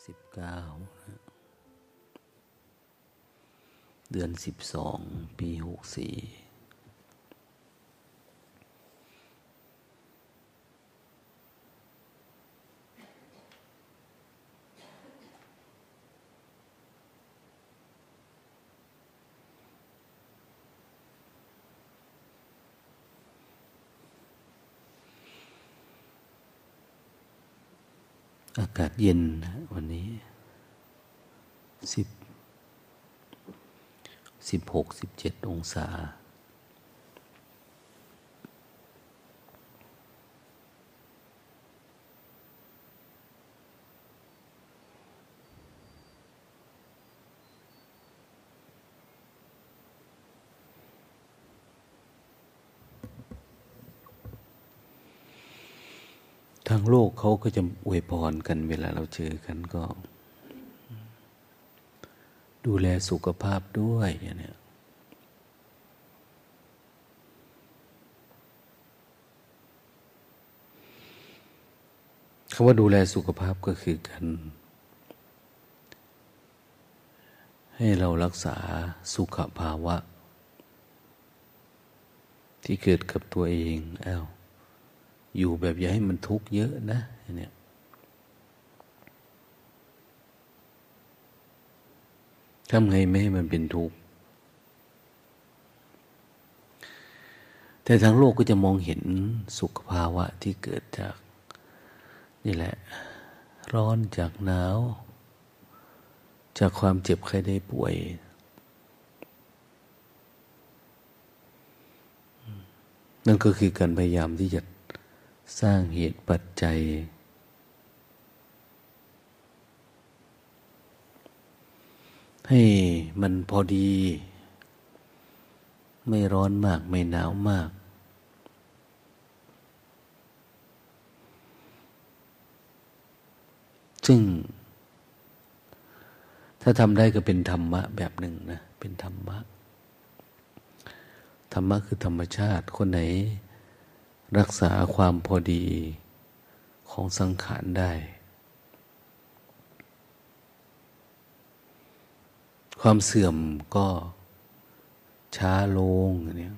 19นะเดือน12ปี64อากาศเย็นนะวันนี้16-17องศาทางโลกเขาก็จะอวยพรกันเวลาเราเจอกันก็ดูแลสุขภาพด้วยอย่างนี้คำว่าดูแลสุขภาพก็คือการให้เรารักษาสุขภาวะที่เกิดกับตัวเองอยู่แบบอย่าให้มันทุกข์เยอะนะเนี่ยทำไงไม่ให้มันเป็นทุกข์แต่ทางโลกก็จะมองเห็นสุขภาวะที่เกิดจากนี่แหละร้อนจากหนาวจากความเจ็บไข้ได้ป่วยนั่นก็คือการพยายามที่จะสร้างเหตุปัจจัยให้มันพอดีไม่ร้อนมากไม่หนาวมากซึ่งถ้าทำได้ก็เป็นธรรมะแบบหนึ่งนะเป็นธรรมะคือธรรมชาติคนไหนรักษาความพอดีของสังขารได้ความเสื่อมก็ช้าลงอย่างนี้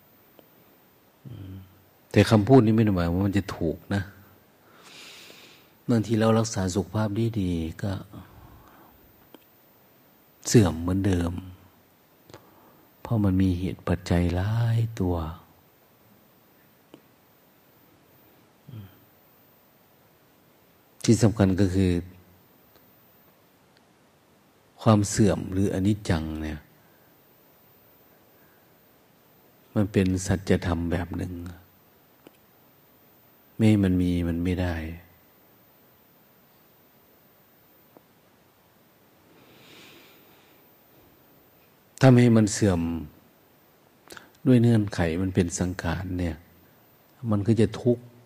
แต่คำพูดนี้ไม่ได้หมายว่ามันจะถูกนะบางทีเรารักษาสุขภาพดีๆก็เสื่อมเหมือนเดิมเพราะมันมีเหตุปัจจัยหลายตัวที่สำคัญก็คือความเสื่อมหรืออนิจจังเนี่ยมันเป็นสัจธรรมแบบหนึ่งไม่มันมีมันไม่ได้ถ้าไม่ให้มันเสื่อมด้วยเงื่อนไขมันเป็นสังขารเนี่ยมันก็จะทุกข์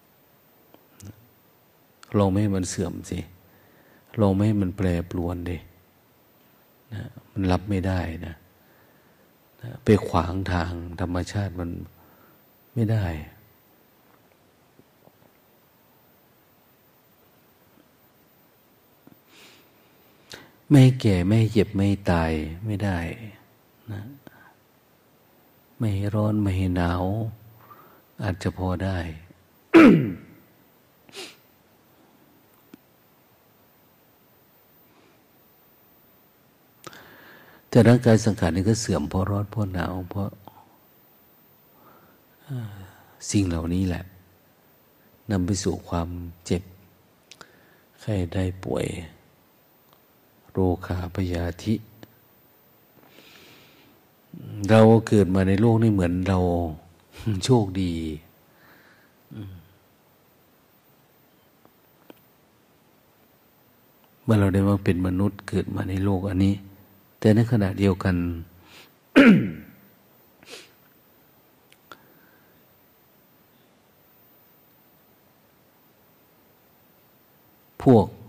ลองไม่ให้มันเสื่อมสิลองไม่ให้มันแปรปรวนดินะมันรับไม่ได้นะไปขวางทางธรรมชาติมันไม่ได้ไม่แก่ไม่เจ็บไม่ตายไม่ได้นะไม่ร้อนไม่หนาวอาจจะพอได้ แต่ร่างกายสังขารนี่ก็เสื่อมเพราะร้อนเพราะหนาวเพราะสิ่งเหล่านี้แหละนำไปสู่ความเจ็บไข้ได้ป่วยโรคาพยาธิเราเกิดมาในโลกนี่เหมือนเราโชคดีเมื่อเราได้มาเป็นมนุษย์เกิดมาในโลกอันนี้แต่ในขณะเดียวกัน พวก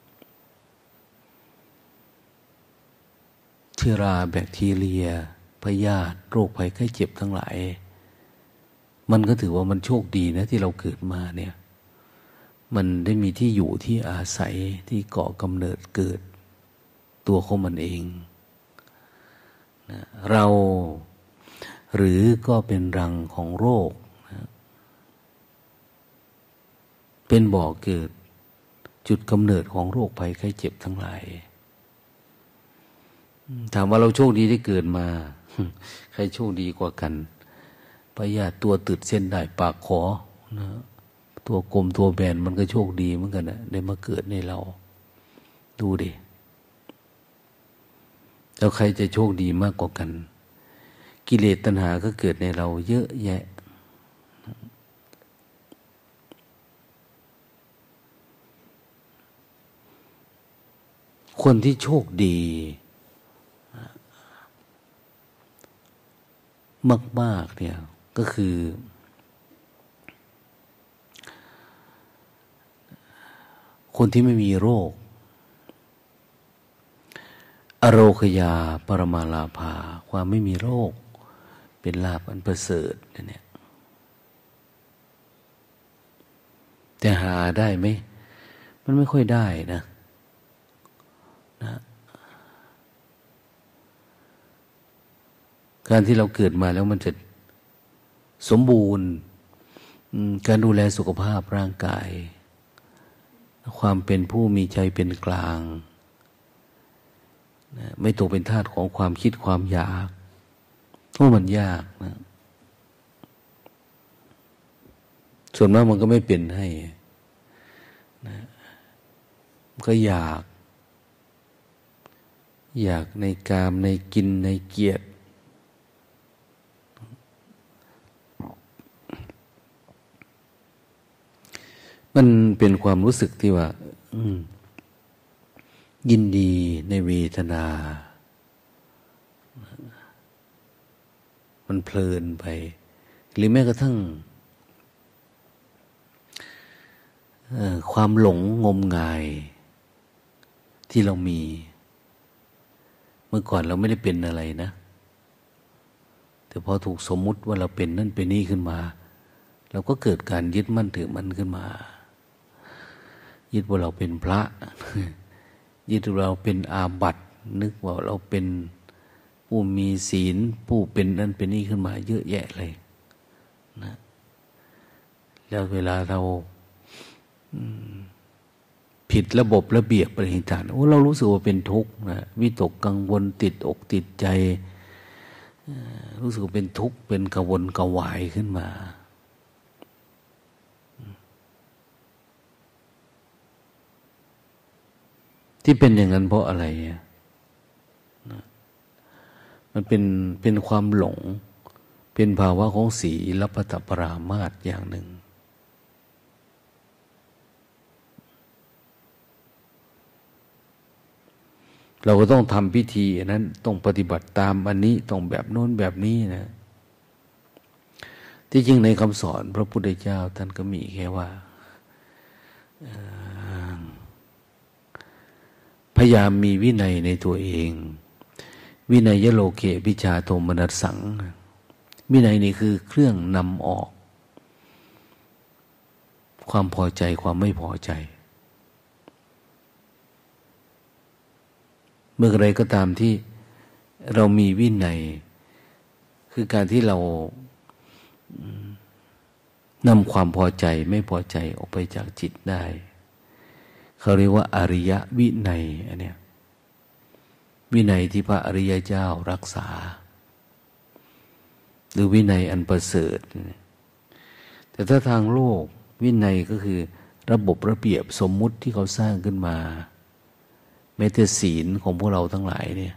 เชื้อราแบคทีเรียพยาธิโรคภัยไข้เจ็บทั้งหลายมันก็ถือว่ามันโชคดีนะที่เราเกิดมาเนี่ยมันได้มีที่อยู่ที่อาศัยที่ก่อกำเนิดเกิดตัวของมันเองนะเราหรือก็เป็นรังของโรคนะเป็นบ่อเกิดจุดกำเนิดของโรคภัยไข้เจ็บทั้งหลายถามว่าเราโชคดีได้เกิดมาใครโชคดีกว่ากันพยาธิตัวตืดเส้นได้ปากขอนะตัวกลมตัวแบนมันก็โชคดีเหมือนกันนะได้มาเกิดในเราดูดิแล้วใครจะโชคดีมากกว่ากันกิเลสตัณหาก็เกิดในเราเยอะแยะคนที่โชคดีมากๆเนี่ยก็คือคนที่ไม่มีโรคอโรคยาปรมาลาภาความไม่มีโรคเป็นลาภอันประเสริฐเนี่ยแต่หาได้ไหมมันไม่ค่อยได้นะการที่เราเกิดมาแล้วมันจะสมบูรณ์การดูแลสุขภาพร่างกายความเป็นผู้มีใจเป็นกลางไม่ตกเป็นทาสของความคิดความอยากเพราะมันยากนะส่วนมากมันก็ไม่เป็นให้นะก็อยากในกามในกินในเกียรติมันเป็นความรู้สึกที่ว่ายินดีในเวทนามันเพลินไปหรือแม้กระทั่งความหลงงมงายที่เรามีเมื่อก่อนเราไม่ได้เป็นอะไรนะแต่พอถูกสมมุติว่าเราเป็นนั่นเป็นนี่ขึ้นมาเราก็เกิดการยึดมั่นถือมั่นขึ้นมายึดว่าเราเป็นพระยึดว่าเราเป็นอาบัตินึกว่าเราเป็นผู้มีศีลผู้เป็นนั่นเป็นนี่ขึ้นมาเยอะแยะเลยนะแล้วเวลาเราผิดระบบระเบียบอะไรต่างๆเรารู้สึกว่าเป็นทุกข์นะวิตกกังวลติดอกติดใจรู้สึกเป็นทุกข์เป็นกังวลกวายขึ้นมาที่เป็นอย่างนั้นเพราะอะไรมันเป็นความหลงเป็นภาวะของศีลปตปรามาสอย่างหนึ่งเราก็ต้องทำพิธีอันนั้นต้องปฏิบัติตามอันนี้ต้องแบบโน้นแบบนี้นะที่จริงในคำสอนพระพุทธเจ้าท่านก็มีแค่ว่าพยายามมีวินัยในตัวเองวินัยโลเกวิชาโทมนัสสังวินัยนี่คือเครื่องนำออกความพอใจความไม่พอใจเมื่อไรก็ตามที่เรามีวินัยคือการที่เรานำความพอใจไม่พอใจออกไปจากจิตได้เขาเรียกว่าอริยวินัยอันเนี้ยวินัยที่พระอริยเจ้ารักษาหรือวินัยอันประเสริฐแต่ถ้าทางโลกวินัยก็คือระบบระเบียบสมมุติที่เขาสร้างขึ้นมาแม้แต่ศีลของพวกเราทั้งหลายเนี่ย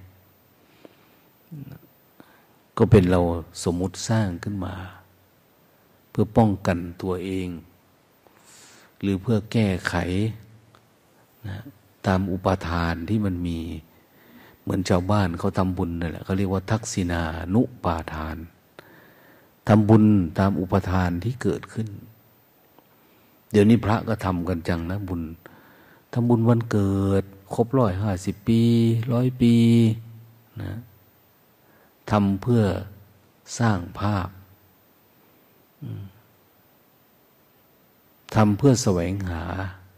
ก็เป็นเราสมมุติสร้างขึ้นมาเพื่อป้องกันตัวเองหรือเพื่อแก้ไขนะตามอุปทานที่มันมีเหมือนชาวบ้านเขาทำบุญนั่นแหละเขาเรียกว่าทักษิณานุปาทานทำบุญตามอุปทานที่เกิดขึ้นเดี๋ยวนี้พระก็ทำกันจังนะบุญทำบุญวันเกิดครบ150 ปี100 ปีนะทำเพื่อสร้างภาพทำเพื่อแสวงหา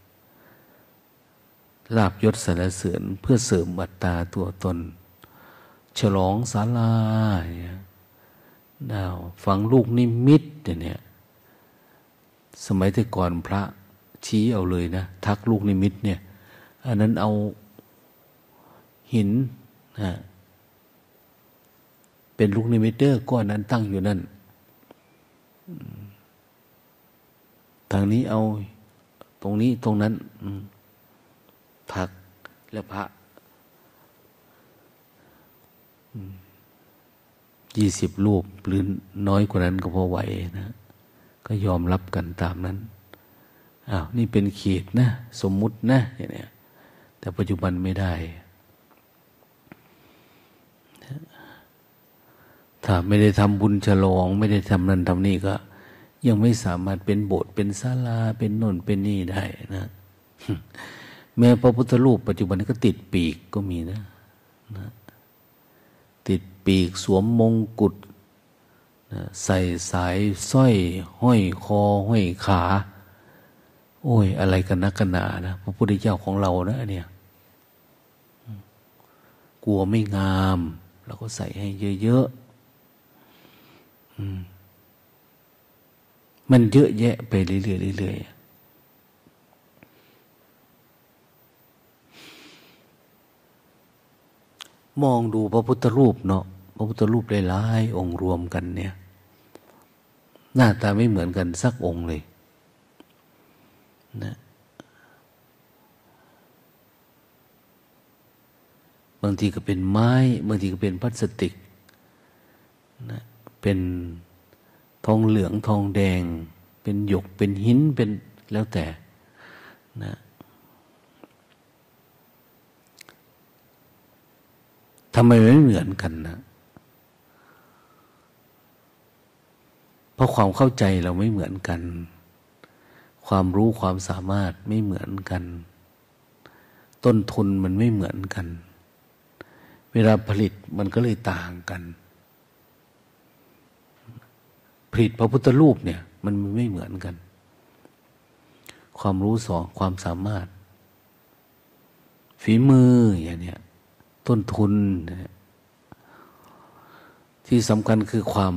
ลาภยศสรรเสริญเพื่อเสริมอัตตาตัวตนฉลองศาลาเนี่ยดาวฟังลูกนิมิตเนี่ยสมัยแต่ก่อนพระชี้เอาเลยนะทักลูกนิมิตเนี่ยอันนั้นเอาหินนะเป็นลูกนิมิตเด้อก้อนนั้นตั้งอยู่นั่นทางนี้เอาตรงนี้ตรงนั้นทักและพระ20 รูปหรือน้อยกว่านั้นก็พอไหวนะก็ยอมรับกันตามนั้นอ้าวนี่เป็นเขตนะสมมุตินะอย่างเนี้ยแต่ปัจจุบันไม่ได้ถ้าไม่ได้ทำบุญฉลองไม่ได้ทำนั่นทำนี่ก็ยังไม่สามารถเป็นโบสถ์เป็นศาลาเป็นโน่นเป็นนี่ได้นะ แม้พระพุทธรูปปัจจุบันก็ติดปีกก็มีนะติดปีกสวมมงกุฎใส่สายสร้อยห้อยคอห้อยขาโอ้ยอะไรกันนักกันหนานะพระพุทธเจ้าของเรานะเนี่ยกลัวไม่งามเราก็ใส่ให้เยอะๆมันเยอะแยะไปเรื่อยๆเรื่อยๆมองดูพระพุทธรูปเนาะพระพุทธรูปหลายๆองค์รวมกันเนี่ยหน้าตาไม่เหมือนกันสักองค์เลยนะบางทีก็เป็นไม้บางทีก็เป็นพลาสติกนะเป็นทองเหลืองทองแดงเป็นหยกเป็นหินเป็นแล้วแต่นะทำไมไม่เหมือนกันนะเพราะความเข้าใจเราไม่เหมือนกันความรู้ความสามารถไม่เหมือนกันต้นทุนมันไม่เหมือนกันเวลาผลิตมันก็เลยต่างกันผลิตพระพุทธรูปเนี่ยมันไม่เหมือนกันความรู้สอนความสามารถฝีมืออย่างเนี้ยต้นทุนที่สำคัญคือความ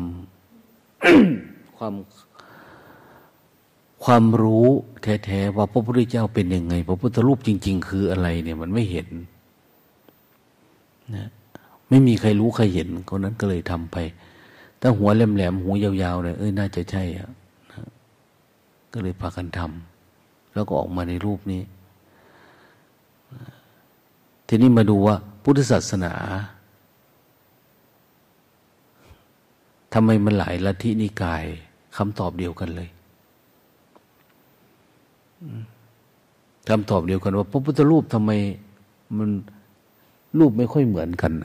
ความรู้แท้ๆว่าพระพุทธเจ้าเป็นยังไงพระพุทธรูปจริงๆคืออะไรเนี่ยมันไม่เห็นนะไม่มีใครรู้ใครเห็นคนนั้นก็เลยทำไปถ้าหัวแหลมๆหูยาวๆเนี่ยน่าจะใช่นะก็เลยพากันทำแล้วก็ออกมาในรูปนี้ทีนี้มาดูว่าพุทธศาสนาทำไมมันหลายลัทธินิกายคำตอบเดียวกันเลยคำตอบเดียวกันว่าพระพุทธรูปทำไมมันรูปไม่ค่อยเหมือนกัน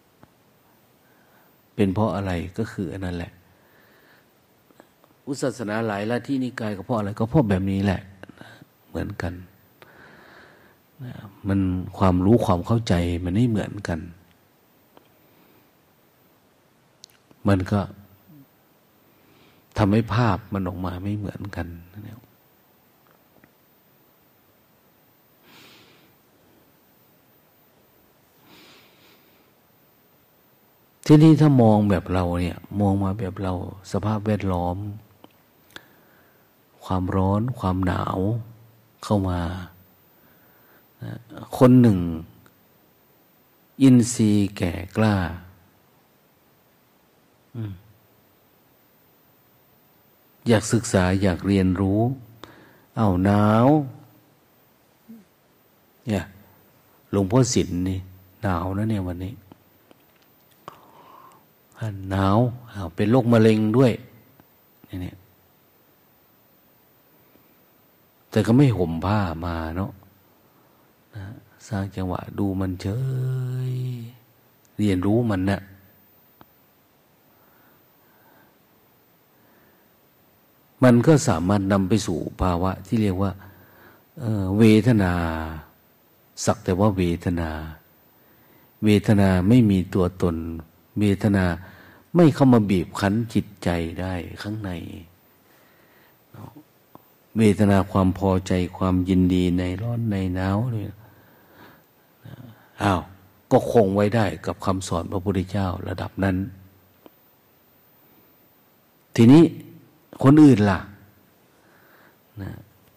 เป็นเพราะอะไรก็คืออันนั้นแหละพุทธศาสนาหลายลัทธินิกายก็เพราะอะไรก็เพราะแบบนี้แหละเหมือนกันมันความรู้ความเข้าใจมันไม่เหมือนกันมันก็ทำให้ภาพมันออกมาไม่เหมือนกันทีนี้ถ้ามองแบบเราเนี่ยมองมาแบบเราสภาพแวดล้อมความร้อนความหนาวเข้ามาคนหนึ่งอินทรีย์แก่กล้าอยากศึกษาอยากเรียนรู้หนาวเนี่ยหลวงพ่อศิลป์นี่หนาวนะเนี่ยวันนี้หนาวเป็นโรคมะเร็งด้วยเนี่ยแต่ก็ไม่ห่มผ้ามาเนาะสร้างจังหวะดูมันเฉยเรียนรู้มันนะมันก็สามารถนำไปสู่ภาวะที่เรียกว่าเวทนาสักแต่ว่าเวทนาไม่มีตัวตนเวทนาไม่เข้ามาบีบคั้นจิตใจได้ข้างในเวทนาความพอใจความยินดีในร้อนในหนาวเนี่ยอ้าวก็คงไว้ได้กับคำสอนพระพุทธเจ้าระดับนั้นทีนี้คนอื่นล่ะนะ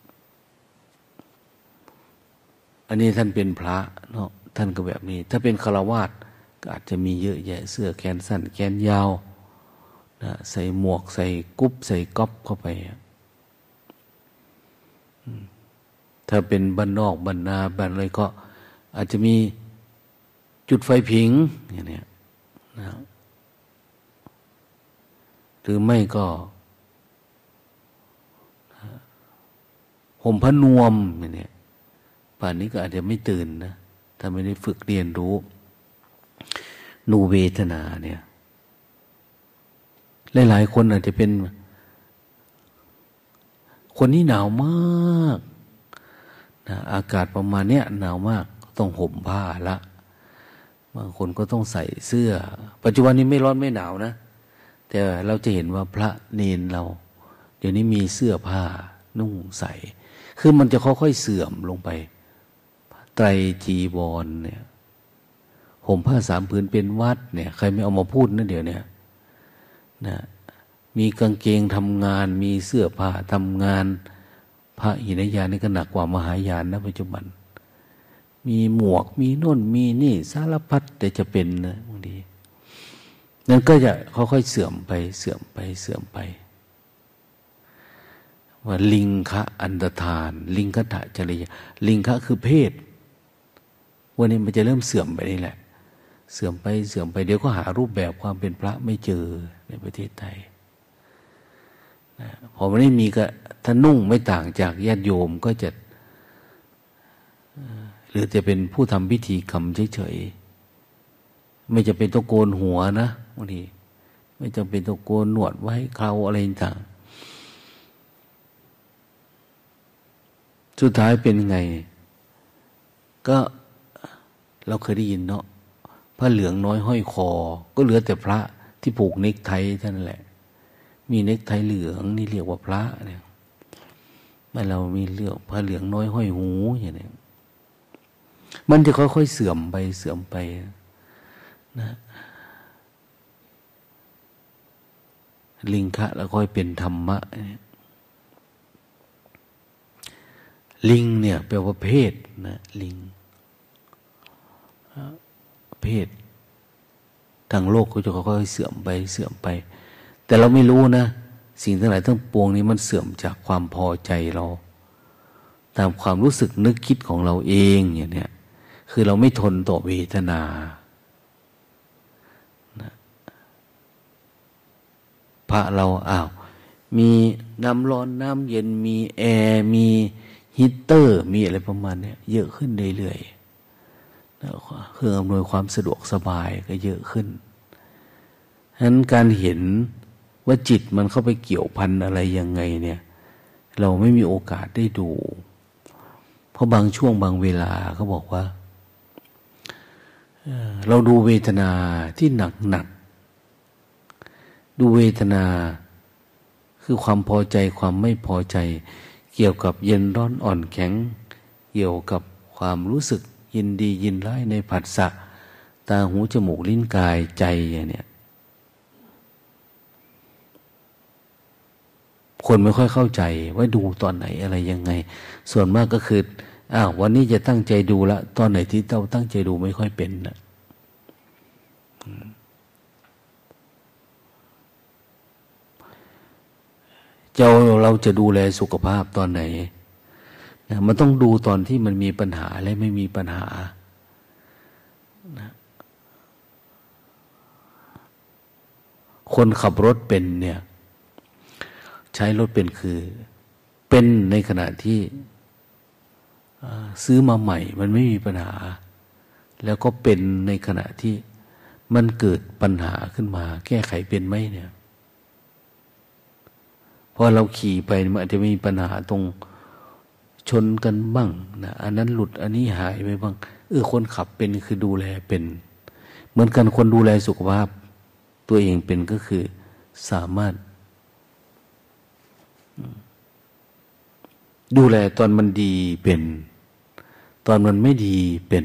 อันนี้ท่านเป็นพระเนาะท่านก็แบบนี้ถ้าเป็นฆราวาสก็อาจจะมีเยอะแยะเสื้อแขนสั้นแขนยาวนะใส่หมวกใส่กุ๊บใส่ก๊อบเข้าไปถ้าเป็นบ้านนอกบ้านนาบ้านอะไรก็อาจจะมีจุดไฟผิงอย่างนี้นะหรือไม่ก็ห่มผ้านวมอย่างนี้ป่านนี้ก็อาจจะไม่ตื่นนะถ้าไม่ได้ฝึกเรียนรู้นูเวทนาเนี่ยหลายๆคนอาจจะเป็นคนที่หนาวมากนะอากาศประมาณเนี้ยหนาวมากต้องห่มผ้าละบางคนก็ต้องใส่เสื้อปัจจุบันนี้ไม่ร้อนไม่หนาวนะแต่เราจะเห็นว่าพระเนนเราเดี๋ยวนี้มีเสื้อผ้านุ่งใส่คือมันจะค่อยๆเสื่อมลงไปไตรจีวรเนี่ยห่มผ้าสามผืนเป็นวัดเนี่ยใครไม่เอามาพูดนะเดี๋ยวนี้นะมีกางเกงทำงานมีเสื้อผ้าทำงานพระหินยานนี่ก็หนักกว่ามหายานนะปัจจุบันมีหมวกมีโน่นมีนี่สารพัดแต่จะเป็นนะบางทีนั่นก็จะค่อยๆเสื่อมไปเสื่อมไปเสื่อมไปว่าลิงคะอันตทานลิงคทะจริยาลิงคะคือเพศวันนี้มันจะเริ่มเสื่อมไปนี่แหละเสื่อมไปเสื่อมไปเดี๋ยวก็หารูปแบบความเป็นพระไม่เจอในประเทศไทยนะพอไม่มีก็ถ้านุ่งไม่ต่างจากญาติโยมก็จะหรือจะเป็นผู้ทำพิธีกรรมเฉยๆไม่จะเป็นต้องโกนหัวนะบางทีไม่จำเป็นต้องโกนหนวดไว้เคราอะไรต่างสุดท้ายเป็นไงก็เราเคยได้ยินเนาะผ้าเหลืองน้อยห้อยคอก็เหลือแต่พระที่ผูกเนคไทเท่านั้นแหละมีเนคไทเหลืองนี่เรียกว่าพระเนี่ยเมื่อเรามีเรื่องผ้าเหลืองน้อยห้อยหูอย่างนี้มันจะค่อยๆเสื่อมไปเสื่อมไปนะลิงคะแล้วค่อยเป็นธรรมะลิงเนี่ยแปลว่าเพศนะลิงเพศทางโลกก็จะค่อยๆเสื่อมไปเสื่อมไปแต่เราไม่รู้นะสิ่งทั้งหลายทั้งปวงนี้มันเสื่อมจากความพอใจเราตามความรู้สึกนึกคิดของเราเองอย่างเนี้ยคือเราไม่ทนต่อเวทนานะพระเรามีน้ำร้อนน้ำเย็นมีแอร์มีฮีตเตอร์มีอะไรประมาณนี้เยอะขึ้นเรื่อยๆเครื่องอำนวยความสะดวกสบายก็เยอะขึ้นฉะนั้นการเห็นว่าจิตมันเข้าไปเกี่ยวพันอะไรยังไงเนี่ยเราไม่มีโอกาสได้ดูเพราะบางช่วงบางเวลาเขาบอกว่าเราดูเวทนาที่หนักดูเวทนาคือความพอใจความไม่พอใจเกี่ยวกับเย็นร้อนอ่อนแข็งเกี่ยวกับความรู้สึกยินดียินร้ายในผัสสะตาหูจมูกลิ้นกายใจอย่างเนี้ยคนไม่ค่อยเข้าใจว่าดูตอนไหนอะไรยังไงส่วนมากก็คือวันนี้จะตั้งใจดูละตอนไหนที่เราตั้งใจดูไม่ค่อยเป็นนะเราจะดูแลสุขภาพตอนไหนนะมันต้องดูตอนที่มันมีปัญหาและไม่มีปัญหานะคนขับรถเป็นเนี่ยใช้รถเป็นคือเป็นในขณะที่ซื้อมาใหม่มันไม่มีปัญหาแล้วก็เป็นในขณะที่มันเกิดปัญหาขึ้นมาแก้ไขเป็นไหมเนี่ยพอเราขี่ไปมันอาจจะมีปัญหาตรงชนกันบ้างนะอันนั้นหลุดอันนี้หายไปบ้างคนขับเป็นคือดูแลเป็นเหมือนกันคนดูแลสุขภาพตัวเองเป็นก็คือสามารถดูแลตอนมันดีเป็น ตอนมันไม่ดีเป็น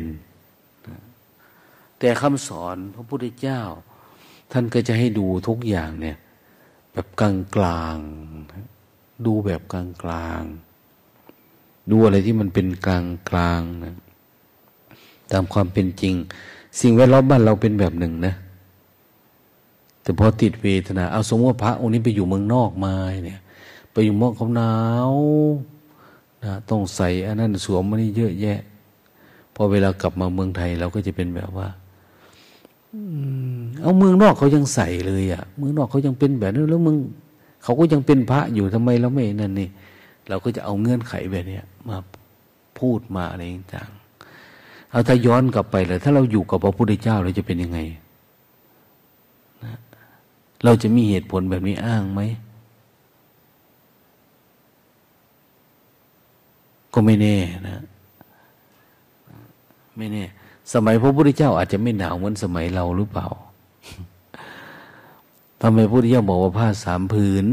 แต่คำสอนพระพุทธเจ้าท่านก็จะให้ดูทุกอย่างเนี่ยแบบกลางกลางดูแบบกลางกลางดูอะไรที่มันเป็นกลางกลางนะตามความเป็นจริงสิ่งแวดล้อมบ้านเราเป็นแบบหนึ่งนะแต่พอติดเวทนาเอาสมมติว่าพระองค์นี้ไปอยู่เมืองนอกมาเนี่ยไปอยู่เมืองเขาหนาวนะต้องใส่อันนั้นสวมมันนี่เยอะแยะพอเวลากลับมาเมืองไทยเราก็จะเป็นแบบว่าเอาเมืองนอกเขายังใส่เลยอ่ะเมืองนอกเขายังเป็นแบบนั้นแล้วมึงเขาก็ยังเป็นพระอยู่ทำไมเราไม่นั่นนี่เราก็จะเอาเงื่อนไขแบบนี้มาพูดมาอะไรต่างๆเอาถ้าย้อนกลับไปเลยถ้าเราอยู่กับพระพุทธเจ้าเราจะเป็นยังไงนะเราจะมีเหตุผลแบบนี้อ้างไหมก็ไม่แน่นะไม่แน่สมัยพระพุทธเจ้าอาจจะไม่หนาวเหมือนสมัยเราหรือเปล่าทำไมพระพุทธเจ้าบอกว่าผ้า3 ผืน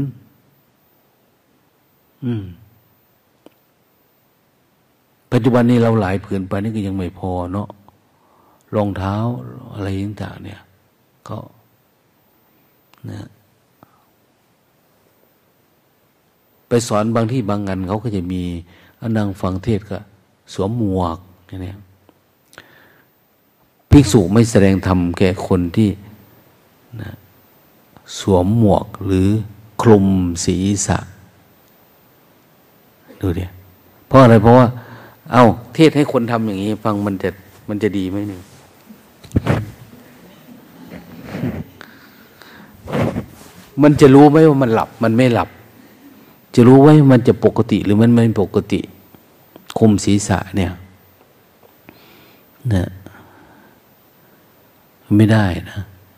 ปัจจุบันนี้เราหลายผืนไปนี่ก็ยังไม่พอเนาะรองเท้าอะไรต่างๆเนี่ยก็นะไปสอนบางที่บางงานเขาก็จะมีนั่งฟังเทศก็สวมหมวกเนี่ยภิกษุไม่แสดงธรรมแก่คนที่นะสวมหมวกหรือคลุมศีรษะดูดิเพราะอะไรเพราะว่าเอาเทศให้คนทำอย่างนี้ฟังมันจะดีไหมเนี่ยมันจะรู้ไหมว่ามันหลับมันไม่หลับจะรู้ไว้มันจะปกติหรือมันไม่ปกติคลุมศีรษะเนี่ยนะไม่ได้นะ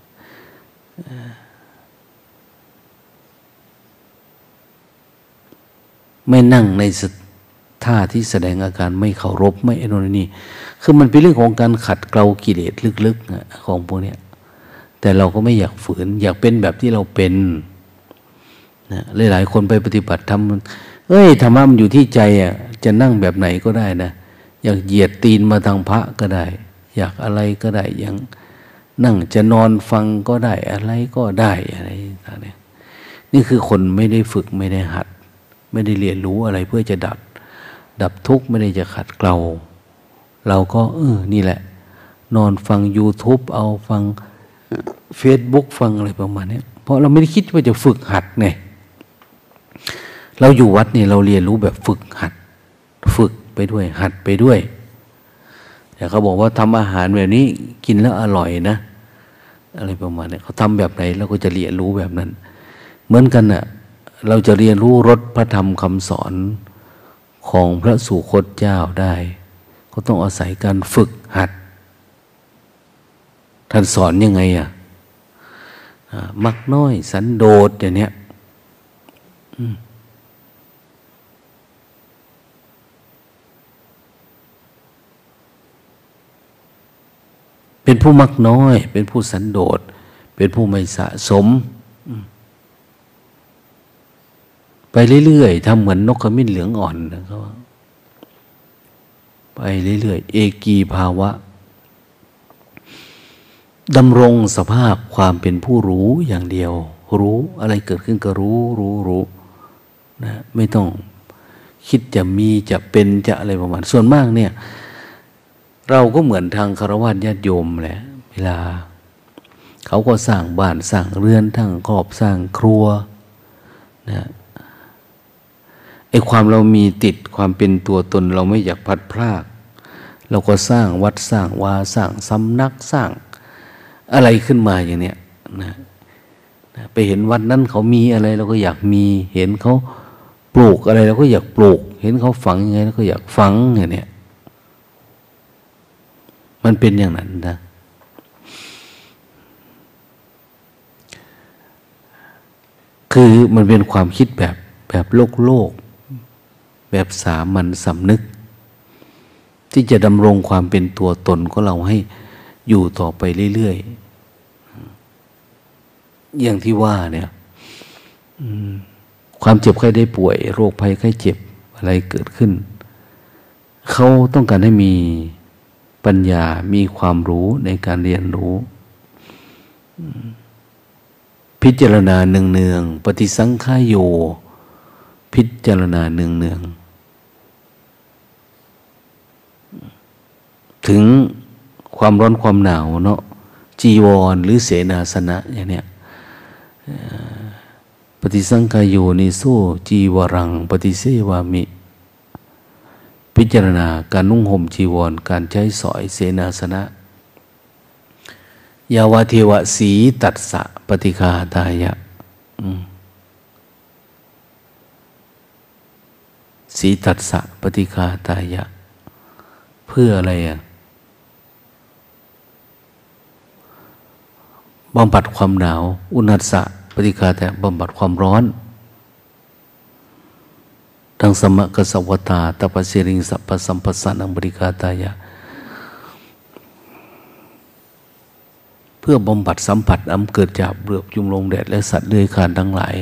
ไม่นั่งในท่าที่แสดงอาการไม่เคารพไม่อนุนี่คือมันเป็นเรื่องของการขัดเกลากิเลสลึกๆของพวกเนี้ยแต่เราก็ไม่อยากฝืนอยากเป็นแบบที่เราเป็นนะหลายๆคนไปปฏิบัติธรรมธรรมะมันอยู่ที่ใจอ่ะจะนั่งแบบไหนก็ได้นะอยากเหยียดตีนมาทางพระก็ได้อยากอะไรก็ได้อย่างนั่งจะนอนฟังก็ได้อะไรก็ได้อะไรต่างๆนี่คือคนไม่ได้ฝึกไม่ได้หัดไม่ได้เรียนรู้อะไรเพื่อจะดับทุกข์ไม่ได้จะขัดเกลาเราก็นี่แหละนอนฟัง YouTube เอาฟัง Facebook ฟังอะไรประมาณนี้เพราะเราไม่ได้คิดว่าจะฝึกหัดไงเราอยู่วัดนี่เราเรียนรู้แบบฝึกหัดฝึกไปด้วยหัดไปด้วยแต่เขาบอกว่าทำอาหารแบบนี้กินแล้วอร่อยนะอะไรประมาณนี้เขาทำแบบไหนเราก็จะเรียนรู้แบบนั้นเหมือนกันน่ะเราจะเรียนรู้รสพระธรรมคำสอนของพระสุคตเจ้าได้ก็ต้องอาศัยการฝึกหัดท่านสอนยังไงมักน้อยสันโดษอย่างเนี้ยเป็นผู้มักน้อยเป็นผู้สันโดษเป็นผู้ไม่สะสมไปเรื่อยๆทำเหมือนนกขมิ้นเหลืองอ่อนนะครับไปเรื่อยๆเอกีภาวะดำรงสภาพความเป็นผู้รู้อย่างเดียวรู้อะไรเกิดขึ้นก็รู้นะไม่ต้องคิดจะมีจะเป็นจะอะไรประมาณส่วนมากเนี่ยเราก็เหมือนทางฆราวาสญาติโยมแหละเวลาเขาก็สร้างบ้านสร้างเรือนทั้งครอบสร้างครัวนะไอ้ความเรามีติดความเป็นตัวตนเราไม่อยากพัดพรากเราก็สร้างวัดสร้างวาสร้างสำนักสร้างอะไรขึ้นมาอย่างเนี้ยนะไปเห็นวัดนั้นเขามีอะไรเราก็อยากมีเห็นเขาปลูกอะไรเราก็อยากปลูกเห็นเขาฝังยังไงเราก็อยากฝังอย่างเนี้ยมันเป็นอย่างนั้นนะคือมันเป็นความคิดแบบโลกแบบสามัญสำนึกที่จะดำรงความเป็นตัวตนของเราให้อยู่ต่อไปเรื่อยๆอย่างที่ว่าเนี่ยความเจ็บไข้ได้ป่วยโรคภัยไข้เจ็บอะไรเกิดขึ้นเขาต้องการให้มีปัญญามีความรู้ในการเรียนรู้พิจารณาเนืองๆปฏิสังขายโยพิจารณาเนืองๆถึงความร้อนความหนาวเนาะจีวรหรือเสนาสนะอย่างเนี้ยปฏิสังขายโยนิโสจีวรังปฏิเสวามิพิจารณาการนุ่งห่มจีวรการใช้สอยเสนาสนะยาวเทวะสีตัสสะปฏิฆาตายะสีตัสสะปฏิฆาตายะเพื่ออะไรบำบัดความหนาวอุณัสสะปฏิฆาตายะบำบัดความร้อนดังสมะกสวตาตปะเสริงสัพพสัมปสานังปฏิฆาตายะเพื่อบำบัดสัมผัสอันเกิดจากเปลือกจุมลงแดดและสัตว์เลื้อยคลานทั้งหลาย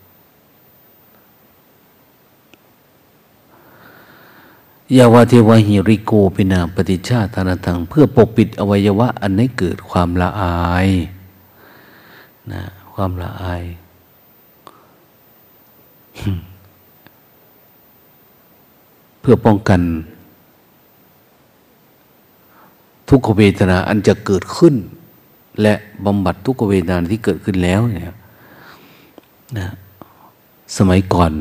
ยาวาเทวะหิริโกปินาปฏิชาตนาทังเพื่อปกปิดอวัยวะอันให้เกิดความละอายนะความละอายเพื่อป้องกันทุกขเวทนาอันจะเกิดขึ้นและบำบัดทุกขเวทนาที่เกิดขึ้นแล้วเนี่ยนะสมัยก่อน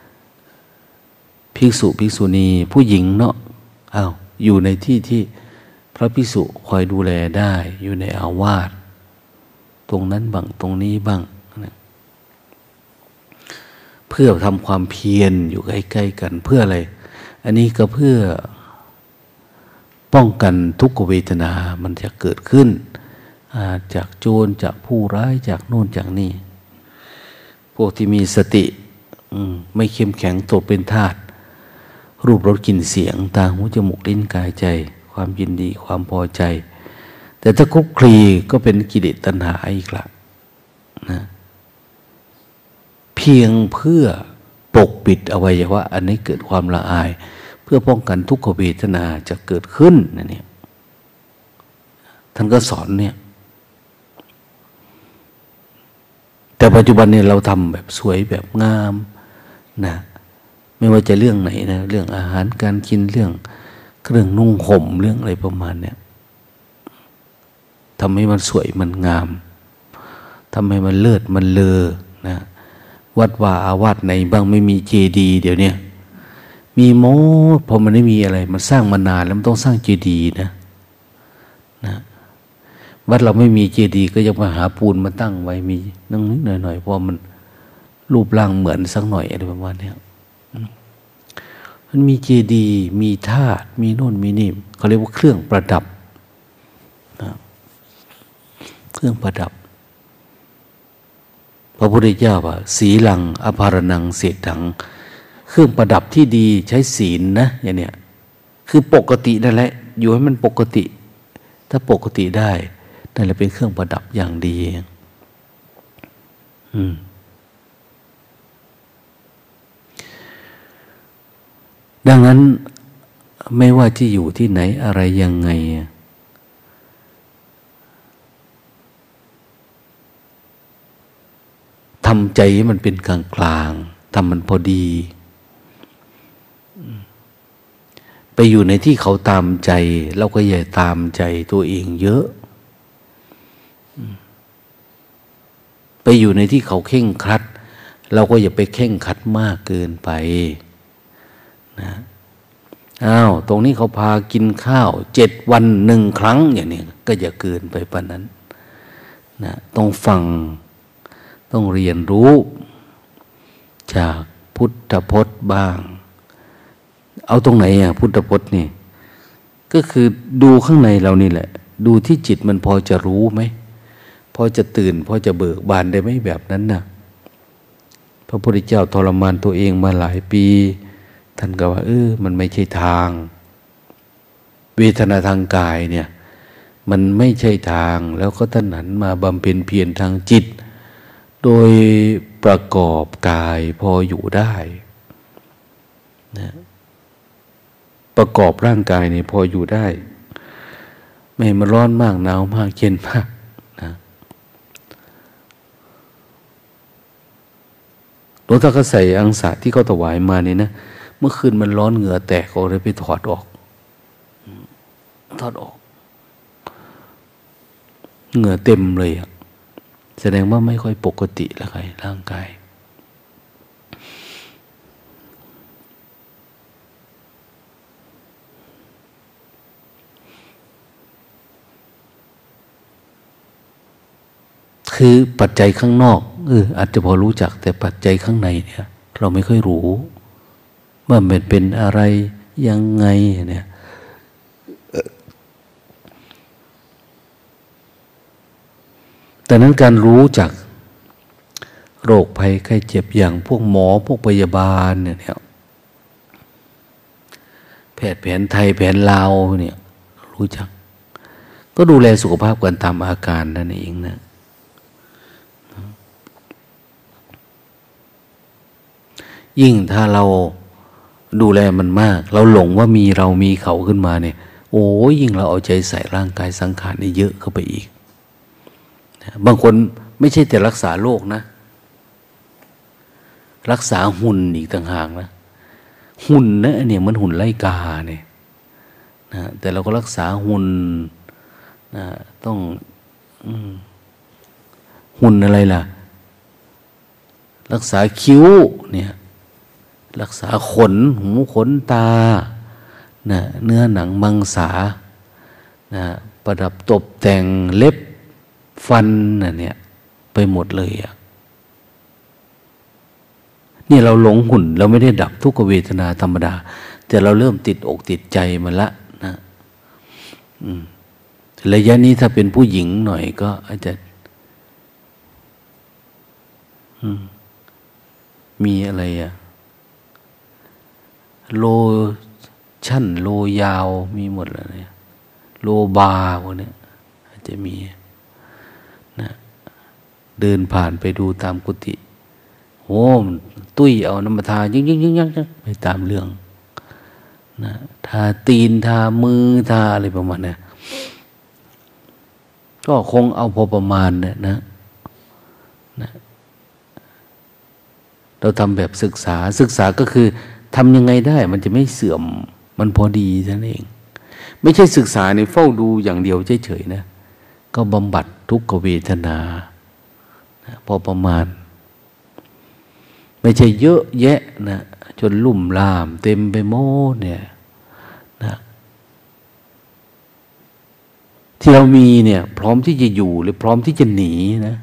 ภิกษุภิกษุณีผู้หญิงเนาะอยู่ในที่ที่พระภิกษุคอยดูแลได้อยู่ในอาวาสตรงนั้นบ้างตรงนี้บ้างนะเพื่อทำความเพียรอยู่ใกล้ๆกันเพื่ออะไรอันนี้ก็เพื่อป้องกันทุกขเวทนามันจะเกิดขึ้นจากโจรจากผู้ร้ายจากโน่นจากนี่พวกที่มีสติไม่เข้มแข็งตกเป็นทาสรูปรสกลิ่นเสียงตาหูจมูกลิ้นกายใจความยินดีความพอใจแต่ถ้าคุกคลีก็เป็นกิเลสตัณหาอีกละนะเพียงเพื่อปกปิดอวัยวะอันนี้เกิดความละอายเพื่อป้องกันทุกขเวทนาจะเกิดขึ้นนะเนี่ยท่านก็สอนเนี่ยแต่ปัจจุบันเนี่ยเราทำแบบสวยแบบงามนะไม่ว่าจะเรื่องไหนนะเรื่องอาหารการกินเรื่องเครื่องนุ่งห่มเรื่องอะไรประมาณเนี้ยทำให้มันสวยมันงามทำให้มันเลิศมันเลอนะวัดว่าอาวาสไหนบ้างไม่มีเจดีย์เดี๋ยวนี้มีโมพอมันไม่มีอะไรมันสร้างมานานแล้วมันต้องสร้างเจดีย์นะวัดเราไม่มีเจดีย์ก็ยังมาหาปูนมาตั้งไว้มีนั่งนิดหน่อยเพราะมันรูปร่างเหมือนสักหน่อยอะไรประมาณนี้มันมีเจดีย์มีธาตุมีโน่นมีนี่เขาเรียกว่าเครื่องประดับนะเครื่องประดับพระพุทธเจ้าว่าศีลังอภารนังเศษถังเครื่องประดับที่ดีใช้ศีลนะอย่างเนี้ยคือปกตินั่นแหละอยู่ให้มันปกติถ้าปกติได้นั่นแหละเป็นเครื่องประดับอย่างดีดังนั้นไม่ว่าจะอยู่ที่ไหนอะไรยังไงทำใจให้มันเป็นกลางกลางทำมันพอดีไปอยู่ในที่เขาตามใจเราก็อย่าตามใจตัวเองเยอะไปอยู่ในที่เขาเคร่งครัดเราก็อย่าไปเคร่งครัดมากเกินไปนะตรงนี้เขาพากินข้าว7 วัน 1 ครั้งอย่างนี้ก็อย่าเกินไปปานนั้นนะต้องฟังต้องเรียนรู้จากพุทธพจน์บ้างเอาตรงไหนพุทธพจน์นี่ก็คือดูข้างในเรานี่แหละดูที่จิตมันพอจะรู้ไหมพอจะตื่นพอจะเบิกบานได้ไหมแบบนั้นน่ะพระพุทธเจ้าทรมานตัวเองมาหลายปีท่านก็ว่ามันไม่ใช่ทางเวทนาทางกายเนี่ยมันไม่ใช่ทางแล้วก็ท่านหันมาบำเพ็ญเพียรทางจิตโดยประกอบกายพออยู่ได้นะประกอบร่างกายเนี่ยพออยู่ได้ไม่มาร้อนมากหนาวมากเย็นมากนะหลวงตาก็ใส่อังสะที่เขาถวายมาเนี่ยนะเมื่อคืนมันร้อนเหงื่อแตกก็เลยไปถอดออกเหงื่อเต็มเลยอะแสดงว่าไม่ค่อยปกติแล้วไงร่างกายคือปัจจัยข้างนอกอาจจะพอรู้จักแต่ปัจจัยข้างในเนี่ยเราไม่ค่อยรู้ว่ามันเป็นอะไรยังไงเนี่ยแต่นั้นการรู้จักโรคภัยไข้เจ็บอย่างพวกหมอพวกพยาบาลเนี่ยแพทย์แผนไทยแผนลาวเนี่ยรู้จักก็ดูแลสุขภาพกันตามอาการนั่นเองนะยิ่งถ้าเราดูแลมันมากเราหลงว่ามีเรามีเขาขึ้นมาเนี่ยโอ้ยยิ่งเราเอาใจใส่ร่างกายสังขารนี่เยอะเข้าไปอีกบางคนไม่ใช่แต่รักษาโรคนะรักษาหุ่นอีกต่างหากนะหุ่นนะเนี่ยมันหุ่นไล่กาเนี่ยนะแต่เราก็รักษาหุ่นนะต้องหุ่นอะไรล่ะรักษาคิ้วเนี่ยรักษาขนหูขนตานะเนื้อหนังมังสานะประดับตกแต่งเล็บฟันเนี่ยไปหมดเลยอ่ะนี่เราหลงหุ่นเราไม่ได้ดับทุกขเวทนาธรรมดาแต่เราเริ่มติดอกติดใจมันละนะระยะนี้ถ้าเป็นผู้หญิงหน่อยก็อาจจะมีอะไรอะโลชั่นโลยาวมีหมดแล้วเนี่ยโลบาร์พวกนี้อาจจะมีนะเดินผ่านไปดูตามกุฏิโอ้ตุ้ยเอาน้ำมาทายิ่งไปตามเรื่องนะทาตีนทามือทาอะไรประมาณนี้ก็คงเอาพอประมาณเนี่ยนะเราทำแบบศึกษาก็คือทำยังไงได้มันจะไม่เสื่อมมันพอดีนั่นเองไม่ใช่ศึกษาในเฝ้าดูอย่างเดียวเฉยๆนะก็บำบัดทุกขเวทนาพอประมาณไม่ใช่เยอะแยะนะจนลุ่มล่ามเต็มไปหมดเนี่ยนะที่เรามีเนี่ยพร้อมที่จะอยู่หรือพร้อมที่จะหนีนะ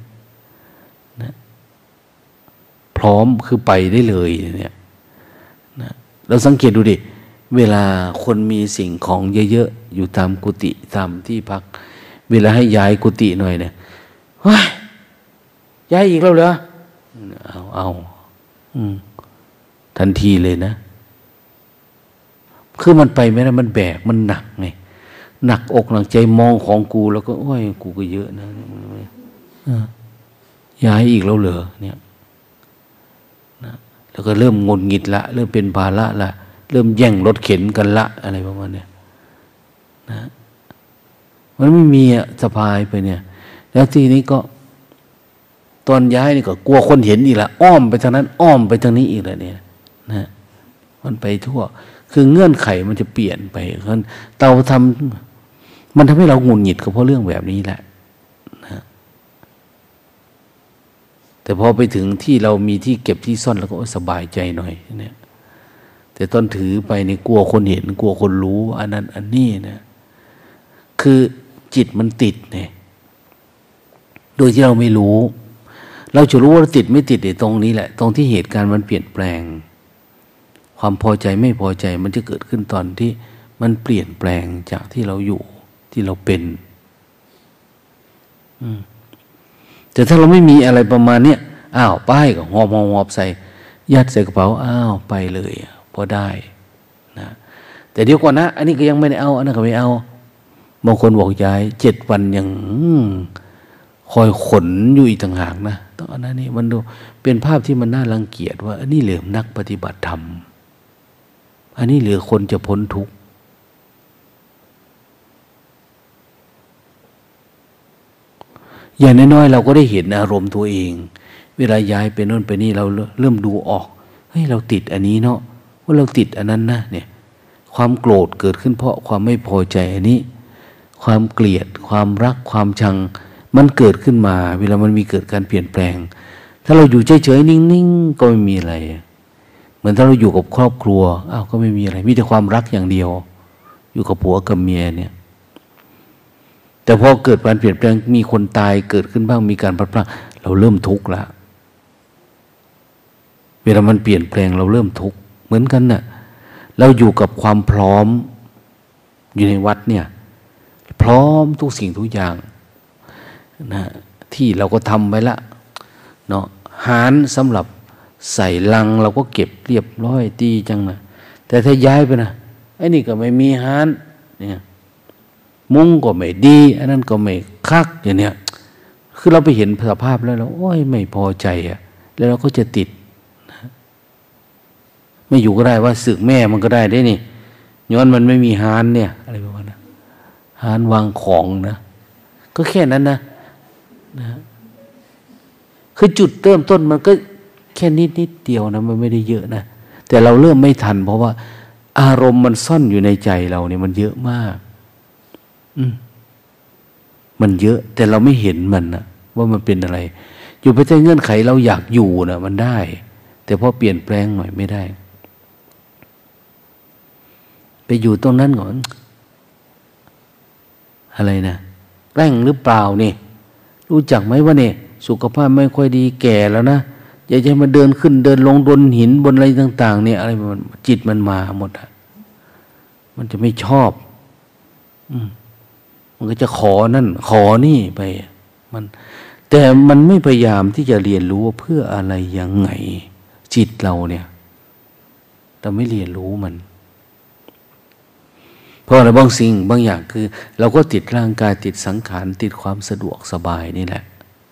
พร้อมคือไปได้เลยเนี่ยนะเราสังเกตดูดิเวลาคนมีสิ่งของเยอะๆอยู่ตามกุฏิตามที่พักเวลาให้ย้ายกุฏิหน่อยเนี่ยว้ายย้ายอีกแล้วเหรอเอาทันทีเลยนะคือมันไปไม่ได้มันแบกมันหนักไงหนักอกหนักใจมองของกูแล้วก็โอ้ยกูก็เยอะนะย้ายอีกแล้วเหรอเนี่ยนะแล้วก็เริ่มงุนงิดละเริ่มเป็นภาระละเริ่มแย่งรถเข็นกันละอะไรประมาณนี้นะมันไม่มีสะพายไปเนี่ยแล้วทีนี้ก็ตอนย้ายนี่ก็กลัวคนเห็นอีกละอ้อมไปทางนั้นอ้อมไปทางนี้อีกแล้วเนี่ยนะมันไปทั่วคือเงื่อนไขมันจะเปลี่ยนไปเราทำมันทำให้เราหงุดหงิดก็เพราะเรื่องแบบนี้แหละนะแต่พอไปถึงที่เรามีที่เก็บที่ซ่อนแล้วก็สบายใจหน่อยเนี่ยแต่ตอนถือไปนี่กลัวคนเห็นกลัวคนรู้อันนั้นอันนี้นะคือจิตมันติดเนี่ยโดยที่เราไม่รู้เราจะรู้ว่าติดไม่ติดในตรงนี้แหละตรงที่เหตุการณ์มันเปลี่ยนแปลงความพอใจไม่พอใจมันจะเกิดขึ้นตอนที่มันเปลี่ยนแปลงจากที่เราอยู่ที่เราเป็นแต่ถ้าเราไม่มีอะไรประมาณเนี้ยอ้าวป้ายก็หอบใส่ยัดใส่กระเป๋าอ้าวไปเลยพอได้นะแต่เดี๋ยวก่อนนะอันนี้ก็ยังไม่ได้เอาอันนั้นก็ไม่เอาบางคนบอกย้าย7 วันยังคอยขนอยู่อีกต่างหากนะตอนนั้นนี่มันดูเป็นภาพที่มันน่ารังเกียจว่าอันนี้เหลือนักปฏิบัติธรรมอันนี้เหลือคนจะพ้นทุกข์อย่างน้อยๆเราก็ได้เห็นอารมณ์ตัวเองเวลาย้ายไปโน่นไปนี่เราเริ่มดูออกเฮ้ยเราติดอันนี้เนาะว่าเราติดอันนั้นนะเนี่ยความโกรธเกิดขึ้นเพราะความไม่พอใจอันนี้ความเกลียดความรักความชังมันเกิดขึ้นมาเวลามันมีเกิดการเปลี่ยนแปลงถ้าเราอยู่เฉยๆนิ่งๆก็ไม่มีอะไรเหมือนถ้าเราอยู่กับครอบครัวอ้าวก็ไม่มีอะไรมีแต่ความรักอย่างเดียวอยู่กับผัวกับเมียเนี่ยแต่พอเกิดการเปลี่ยนแปลงมีคนตายเกิดขึ้นบ้างมีการพลัดพรากเราเริ่มทุกข์ละเวลามันเปลี่ยนแปลงเราเริ่มทุกข์เหมือนกันน่ะเราอยู่กับความพร้อมอยู่ในวัดเนี่ยพร้อมทุกสิ่งทุกอย่างนะที่เราก็ทำไว้ละเนาะหารสำหรับใส่ลังเราก็เก็บเรียบร้อยดีจังนะแต่ถ้าย้ายไปนะไอ้นี่ก็ไม่มีหารเนี่ยมุ้งก็ไม่ดีอันนั้นก็ไม่คักอย่างเนี้ยคือเราไปเห็นสภาพแล้วเราโอ้ยไม่พอใจอ่ะแล้วเราก็จะติดนะไม่อยู่ก็ได้ว่าสึกแม่มันก็ได้ได้นี่ย้อนมันไม่มีหารเนี่ยอะไรประมาณนั้นหารวางของนะก็แค่นั้นนะคือจุดเริ่มต้นมันก็แค่นิดเดียวนะมันไม่ได้เยอะนะแต่เราเริ่มไม่ทันเพราะว่าอารมณ์มันซ่อนอยู่ในใจเราเนี่ยมันเยอะมากมันเยอะแต่เราไม่เห็นมันนะว่ามันเป็นอะไรอยู่ภายใต้เงื่อนไขเราอยากอยู่นะมันได้แต่พอเปลี่ยนแปลงหน่อยไม่ได้ไปอยู่ตรงนั้นก่อนอะไรนะแกล้งหรือเปล่านี่รู้จักไหมว่าเนี่ยสุขภาพไม่ค่อยดีแก่แล้วนะอย่าจะมาเดินขึ้นเดินลงบนหินบนอะไรต่างๆเนี่ยอะไรมันจิตมันมาหมดอะมันจะไม่ชอบมันก็จะขอนั่นขอนี่ไปมันแต่มันไม่พยายามที่จะเรียนรู้ว่าเพื่ออะไรยังไงจิตเราเนี่ยเราไม่เรียนรู้มันเพราะอะไรบางสิ่งบางอย่างคือเราก็ติดร่างกายติดสังขารติดความสะดวกสบายนี่แหละ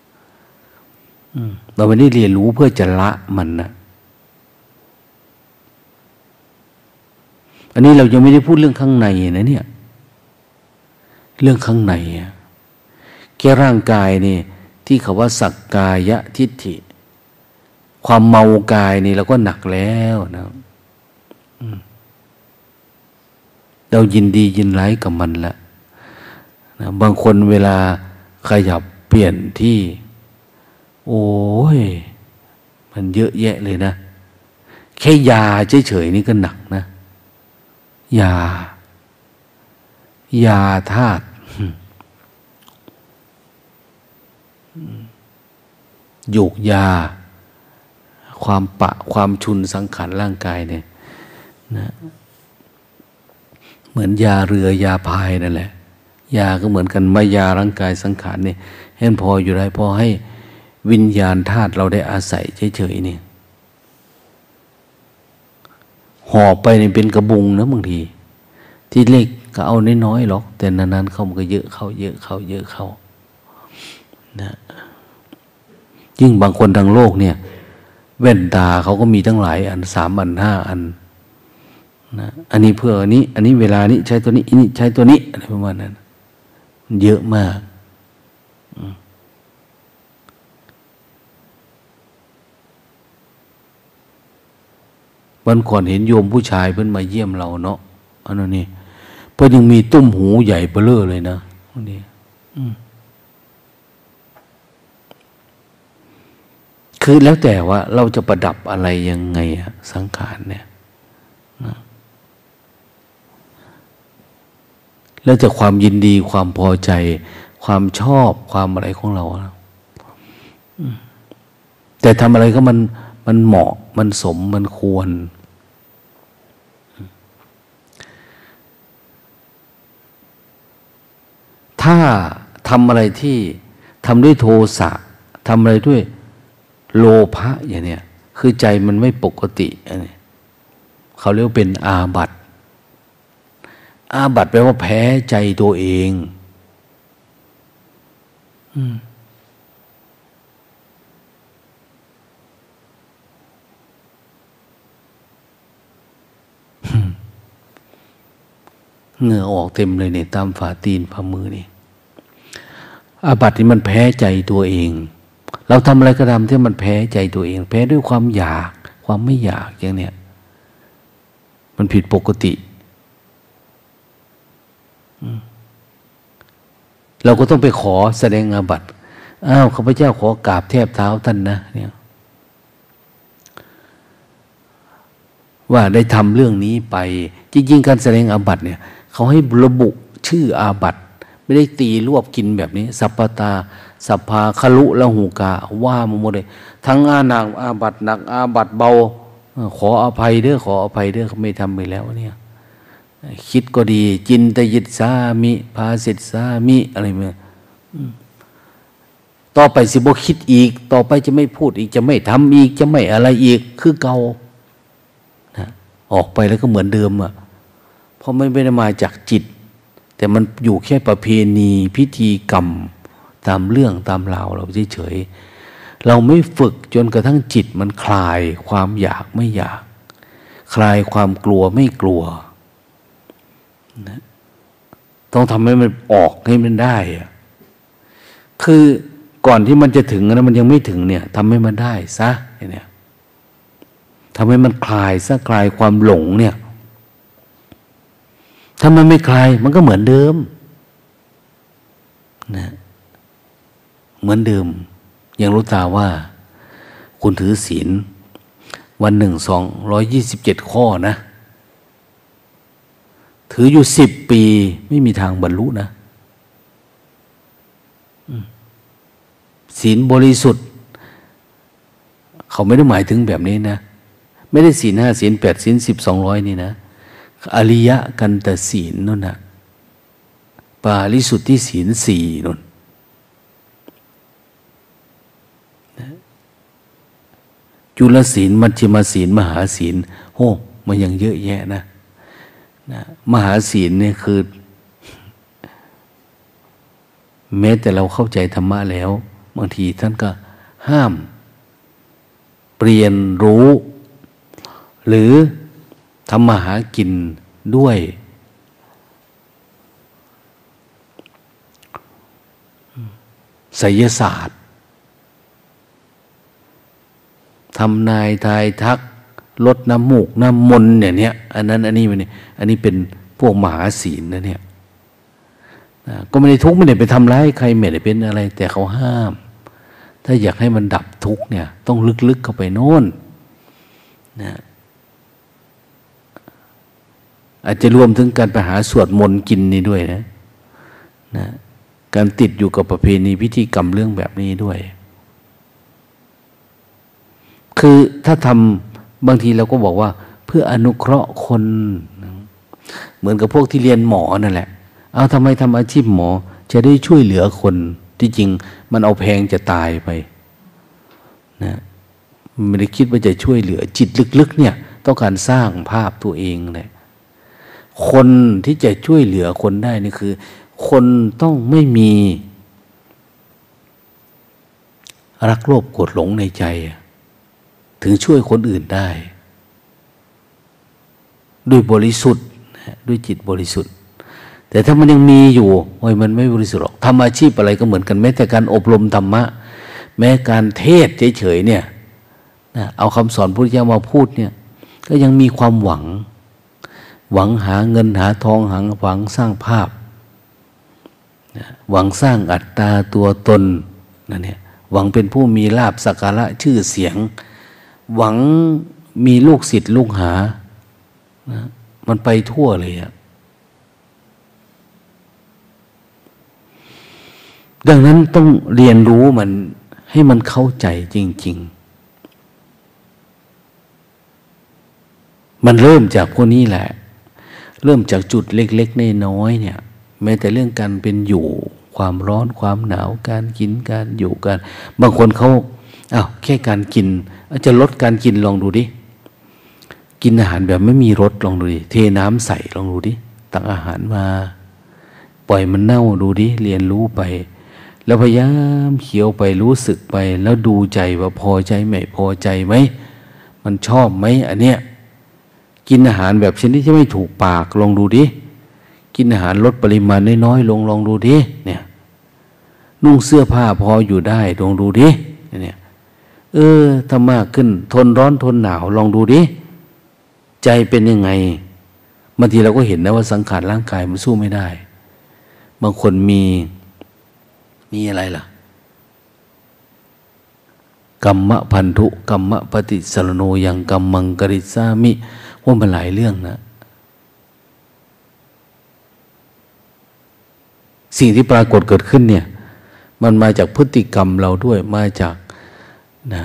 เราไม่ได้เรียนรู้เพื่อจะละมันนะอันนี้เรายังไม่ได้พูดเรื่องข้างในนะเนี่ยเรื่องข้างในแค่ร่างกายนี่ที่เขาว่าสักกายทิฏฐิความเมากายนี่เราก็หนักแล้วนะเรายินดียินร้ายกับมันละนะบางคนเวลาขยับเปลี่ยนที่โอ้ยมันเยอะแยะเลยนะแค่ยาเฉยๆนี่ก็หนักนะยาธาตุโยกยาความชุนสังขารร่างกายเนี่ยนะเหมือนยาเรือยาพายนั่นแหละยาก็เหมือนกันมายาร่างกายสังขารเนี่ยให้พออยู่ได้พอให้วิญญาณธาตุเราได้อาศัยเฉยๆเนี่ยห่อไปเนี่ยเป็นกระบุงนะบางทีที่เล็กก็เอาน้อยๆหรอกแต่นานๆเข้ามันก็เยอะเข้านะยิ่งบางคนทางโลกเนี่ยแว่นตาเขาก็มีตั้งหลายอัน3 อัน 5 อันนะอันนี้เพื่ออันนี้เวลานี้ใช้ตัวนี้อันนี้ใช้ตัวนี้อะไรประมาณนั้นเยอะมากวันก่อนเห็นโยมผู้ชายเพิ่นมาเยี่ยมเราเนาะอันนั้นนี่เพิ่นยังมีตุ้มหูใหญ่เบ้อเร่อเลยนะอันนี้คือแล้วแต่ว่าเราจะประดับอะไรยังไงสังขารเนี่ยนะแล้วแต่ความยินดีความพอใจความชอบความอะไรของเราแต่ทำอะไรก็มันเหมาะมันสมมันควรถ้าทำอะไรที่ทำด้วยโทสะทำอะไรด้วยโลภะอย่างเนี้ยคือใจมันไม่ปกติอันนี้เขาเรียกว่าเป็นอาบัติแปลว่าแพ้ใจตัวเองเหงื่อออกเต็มเลยเนี่ยตามฝ่าตีนฝ่ามือนี่อาบัตินี่มันแพ้ใจตัวเองเราทำอะไรก็ตามที่มันแพ้ใจตัวเองแพ้ด้วยความอยากความไม่อยากอย่างเนี้ยมันผิดปกติเราก็ต้องไปขอแสดงอาบัติอ้าวข้าพเจ้าขอกราบแทบเท้าท่านนะเนี่ยว่าได้ทำเรื่องนี้ไปจริงๆการแสดงอาบัติเนี่ยเขาให้ระบุชื่ออาบัติไม่ได้ตีรวบกินแบบนี้สัพพตาสัพพาคลุละหูกาว่ามาหมดเลยทั้งอาหนักอาบัติหนักอาบัติเบาขออภัยเด้อขออภัยเด้อเขาไม่ทำไปแล้วเนี่ยคิดก็ดีจินตยิตสามิภาสิตสามิอะไรเมื่อต่อไปสิบ่คิดอีกต่อไปจะไม่พูดอีกจะไม่ทำอีกจะไม่อะไรอีกคือเก่านะออกไปแล้วก็เหมือนเดิมอ่ะเพราะไม่ได้มาจากจิตแต่มันอยู่แค่ประเพณีพิธีกรรมตามเรื่องตามราวเราเฉยๆเราไม่ฝึกจนกระทั่งจิตมันคลายความอยากไม่อยากคลายความกลัวไม่กลัวนะต้องทำให้มันออกให้มันได้อะคือก่อนที่มันจะถึงนะมันยังไม่ถึงเนี่ยทำให้มันได้ซะเนี่ยทำให้มันคลายซะคลายความหลงเนี่ยถ้ามันไม่คลายมันก็เหมือนเดิมนะเหมือนเดิมอย่างรู้ตาว่าคุณถือศีลวันหนึ่ง227 ข้อนะถืออยู่10 ปีไม่มีทางบรรลุนะศีลบริสุทธิ์เขาไม่ได้หมายถึงแบบนี้นะไม่ได้ศีล5ศีล8ศีล10 200นี่นะอริยกันตศีลนั่นนะปาริสุทธิศีล4นั่นจุลศีลมัชฌิมศีลมหาศีลโอ้มันยังเยอะแยะนะมหาศีลเนี่ยคือแม้แต่เราเข้าใจธรรมะแล้วบางทีท่านก็ห้ามเปลี่ยนรู้หรือทำมาหากินด้วยไสยศาสตร์ทำนายทายทักลดน้ำมูกน้ำมนต์เนี่ยอันนั้นอันนี้มันนี่อันนี้เป็นพวกมหาศีลนะเนี่ยก็ไม่ได้ทุกข์ไม่ได้ไปทำร้ายใครไม่ได้เป็นอะไรแต่เขาห้ามถ้าอยากให้มันดับทุกข์เนี่ยต้องลึกๆเข้าไปโน่นนะอาจจะรวมถึงการไปหาสวดมนต์กินนี่ด้วยนะการติดอยู่กับประเพณีพิธีกรรมเรื่องแบบนี้ด้วยคือถ้าทำบางทีเราก็บอกว่าเพื่ออนุเคราะห์คนเหมือนกับพวกที่เรียนหมอนั่นแหละเอาทำไมทำอาชีพหมอจะได้ช่วยเหลือคนที่จริงมันเอาแพงจะตายไปนะไม่ได้คิดว่าจะช่วยเหลือจิตลึกๆเนี่ยต้องการสร้างภาพตัวเองเลยคนที่จะช่วยเหลือคนได้นี่คือคนต้องไม่มีรักโลภโกรธหลงในใจถึงช่วยคนอื่นได้ด้วยบริสุทธิ์ด้วยจิตบริสุทธิ์แต่ถ้ามันยังมีอยู่โอ้ยมันไม่บริสุทธิ์หรอกทำอาชีพอะไรก็เหมือนกันแม้แต่การอบรมธรรมะแม้การเทศเฉยๆเนี่ยเอาคำสอนพุทธเจ้ามาพูดเนี่ยก็ยังมีความหวังหาเงินหาทองหวังสร้างภาพหวังสร้างอัตตาตัวตนนั่นเนี่ยหวังเป็นผู้มีลาภสักการะชื่อเสียงหวังมีลูกศิษย์ลูกหานะมันไปทั่วเลยอะดังนั้นต้องเรียนรู้มันให้มันเข้าใจจริงๆมันเริ่มจากพวกนี้แหละเริ่มจากจุดเล็กๆน้อยๆเนี่ยแม้แต่เรื่องการเป็นอยู่ความร้อนความหนาวการกินการอยู่การบางคนเขาแค่การกินจะลดการกินลองดูดิกินอาหารแบบไม่มีรสลองดูดิเทน้ำใส่ลองดูดิตักอาหารมาปล่อยมันเน่าดูดิเรียนรู้ไปแล้วพยายามเคี้ยวไปรู้สึกไปแล้วดูใจว่าพอใจไม่พอใจไหมมันชอบไหมอันเนี้ยกินอาหารแบบชนิดที่ไม่ถูกปากลองดูดิกินอาหารลดปริมาณน้อยๆลงลองดูดิเนี่ยนุ่งเสื้อผ้าพออยู่ได้ลองดูดิเนี่ยถ้ามากขึ้นทนร้อนทนหนาวลองดูดิใจเป็นยังไงบางทีเราก็เห็นนะว่าสังขารร่างกายมันสู้ไม่ได้บางคนมีอะไรล่ะกัมมะพันธุกัมมะปฏิสรโนยังกัมมังกริสามิว่ามันหลายเรื่องนะสิ่งที่ปรากฏเกิดขึ้นเนี่ยมันมาจากพฤติกรรมเราด้วยมาจากนะ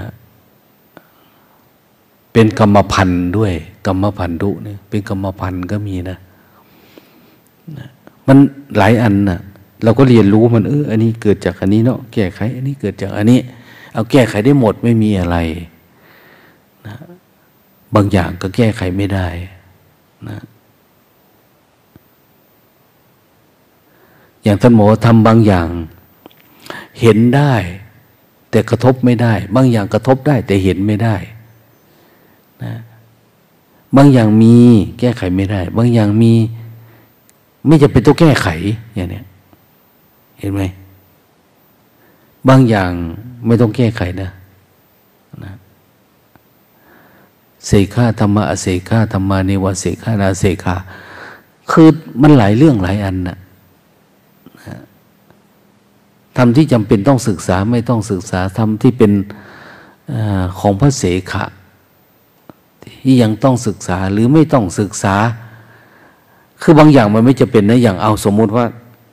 เป็นกรรมพันธุ์ด้วยกรรมพันธุเนี่ยเป็นกรรมพันธุ์ก็มีนะมันหลายอันนะเราก็เรียนรู้มันอันนี้เกิดจากอันนี้เนาะแก้ไขอันนี้เกิดจากอันนี้เอาแก้ไขได้หมดไม่มีอะไรนะบางอย่างก็แก้ไขไม่ได้นะอย่างท่านหมอทำบางอย่างเห็นได้แต่กระทบไม่ได้บางอย่างกระทบได้แต่เห็นไม่ได้นะบางอย่างมีแก้ไขไม่ได้บางอย่างมีไม่จำเป็นต้องแก้ไขอย่างเนี้ยเห็นไหมบางอย่างไม่ต้องแก้ไขนะเสกาธรรมะอเสกาธรรมาเนวเสกานาเสกาคือมันหลายเรื่องหลายอันนะธรรมที่จำเป็นต้องศึกษาไม่ต้องศึกษาธรรมที่เป็นของพระเสขะที่ยังต้องศึกษาหรือไม่ต้องศึกษาคือบางอย่างมันไม่จะเป็นนะอย่างเอาสมมุติว่า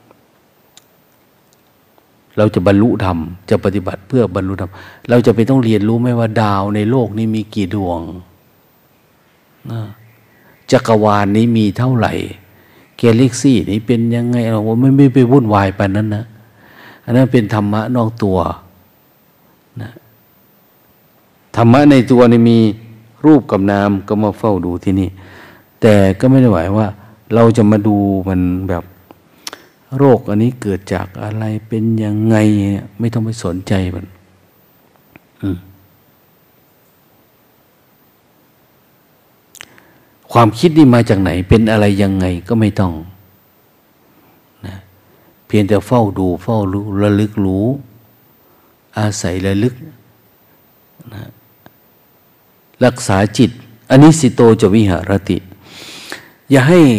เราจะบรรลุธรรมจะปฏิบัติเพื่อบรรลุธรรมเราจะไปต้องเรียนรู้ไหมว่าดาวในโลกนี้มีกี่ดวงจักรวาลนี้มีเท่าไหร่กาแล็กซี่นี้เป็นยังไงเราไม่ไปวุ่นวายปานนั้นนะอันนั้นเป็นธรรมะนอกตัวนะธรรมะในตัวนี่มีรูปกับนามก็มาเฝ้าดูที่นี่แต่ก็ไม่ได้หมายว่าเราจะมาดูมันแบบโรคอันนี้เกิดจากอะไรเป็นยังไงไม่ต้องไปสนใจมันความคิดนี่มาจากไหนเป็นอะไรยังไงก็ไม่ต้องนะเพียงแต่เฝ้าดูเฝ้ารู้ระลึกรู้อาศัยระลึกนะรักษาจิตอนิสิโตจวิหารติอย่าให้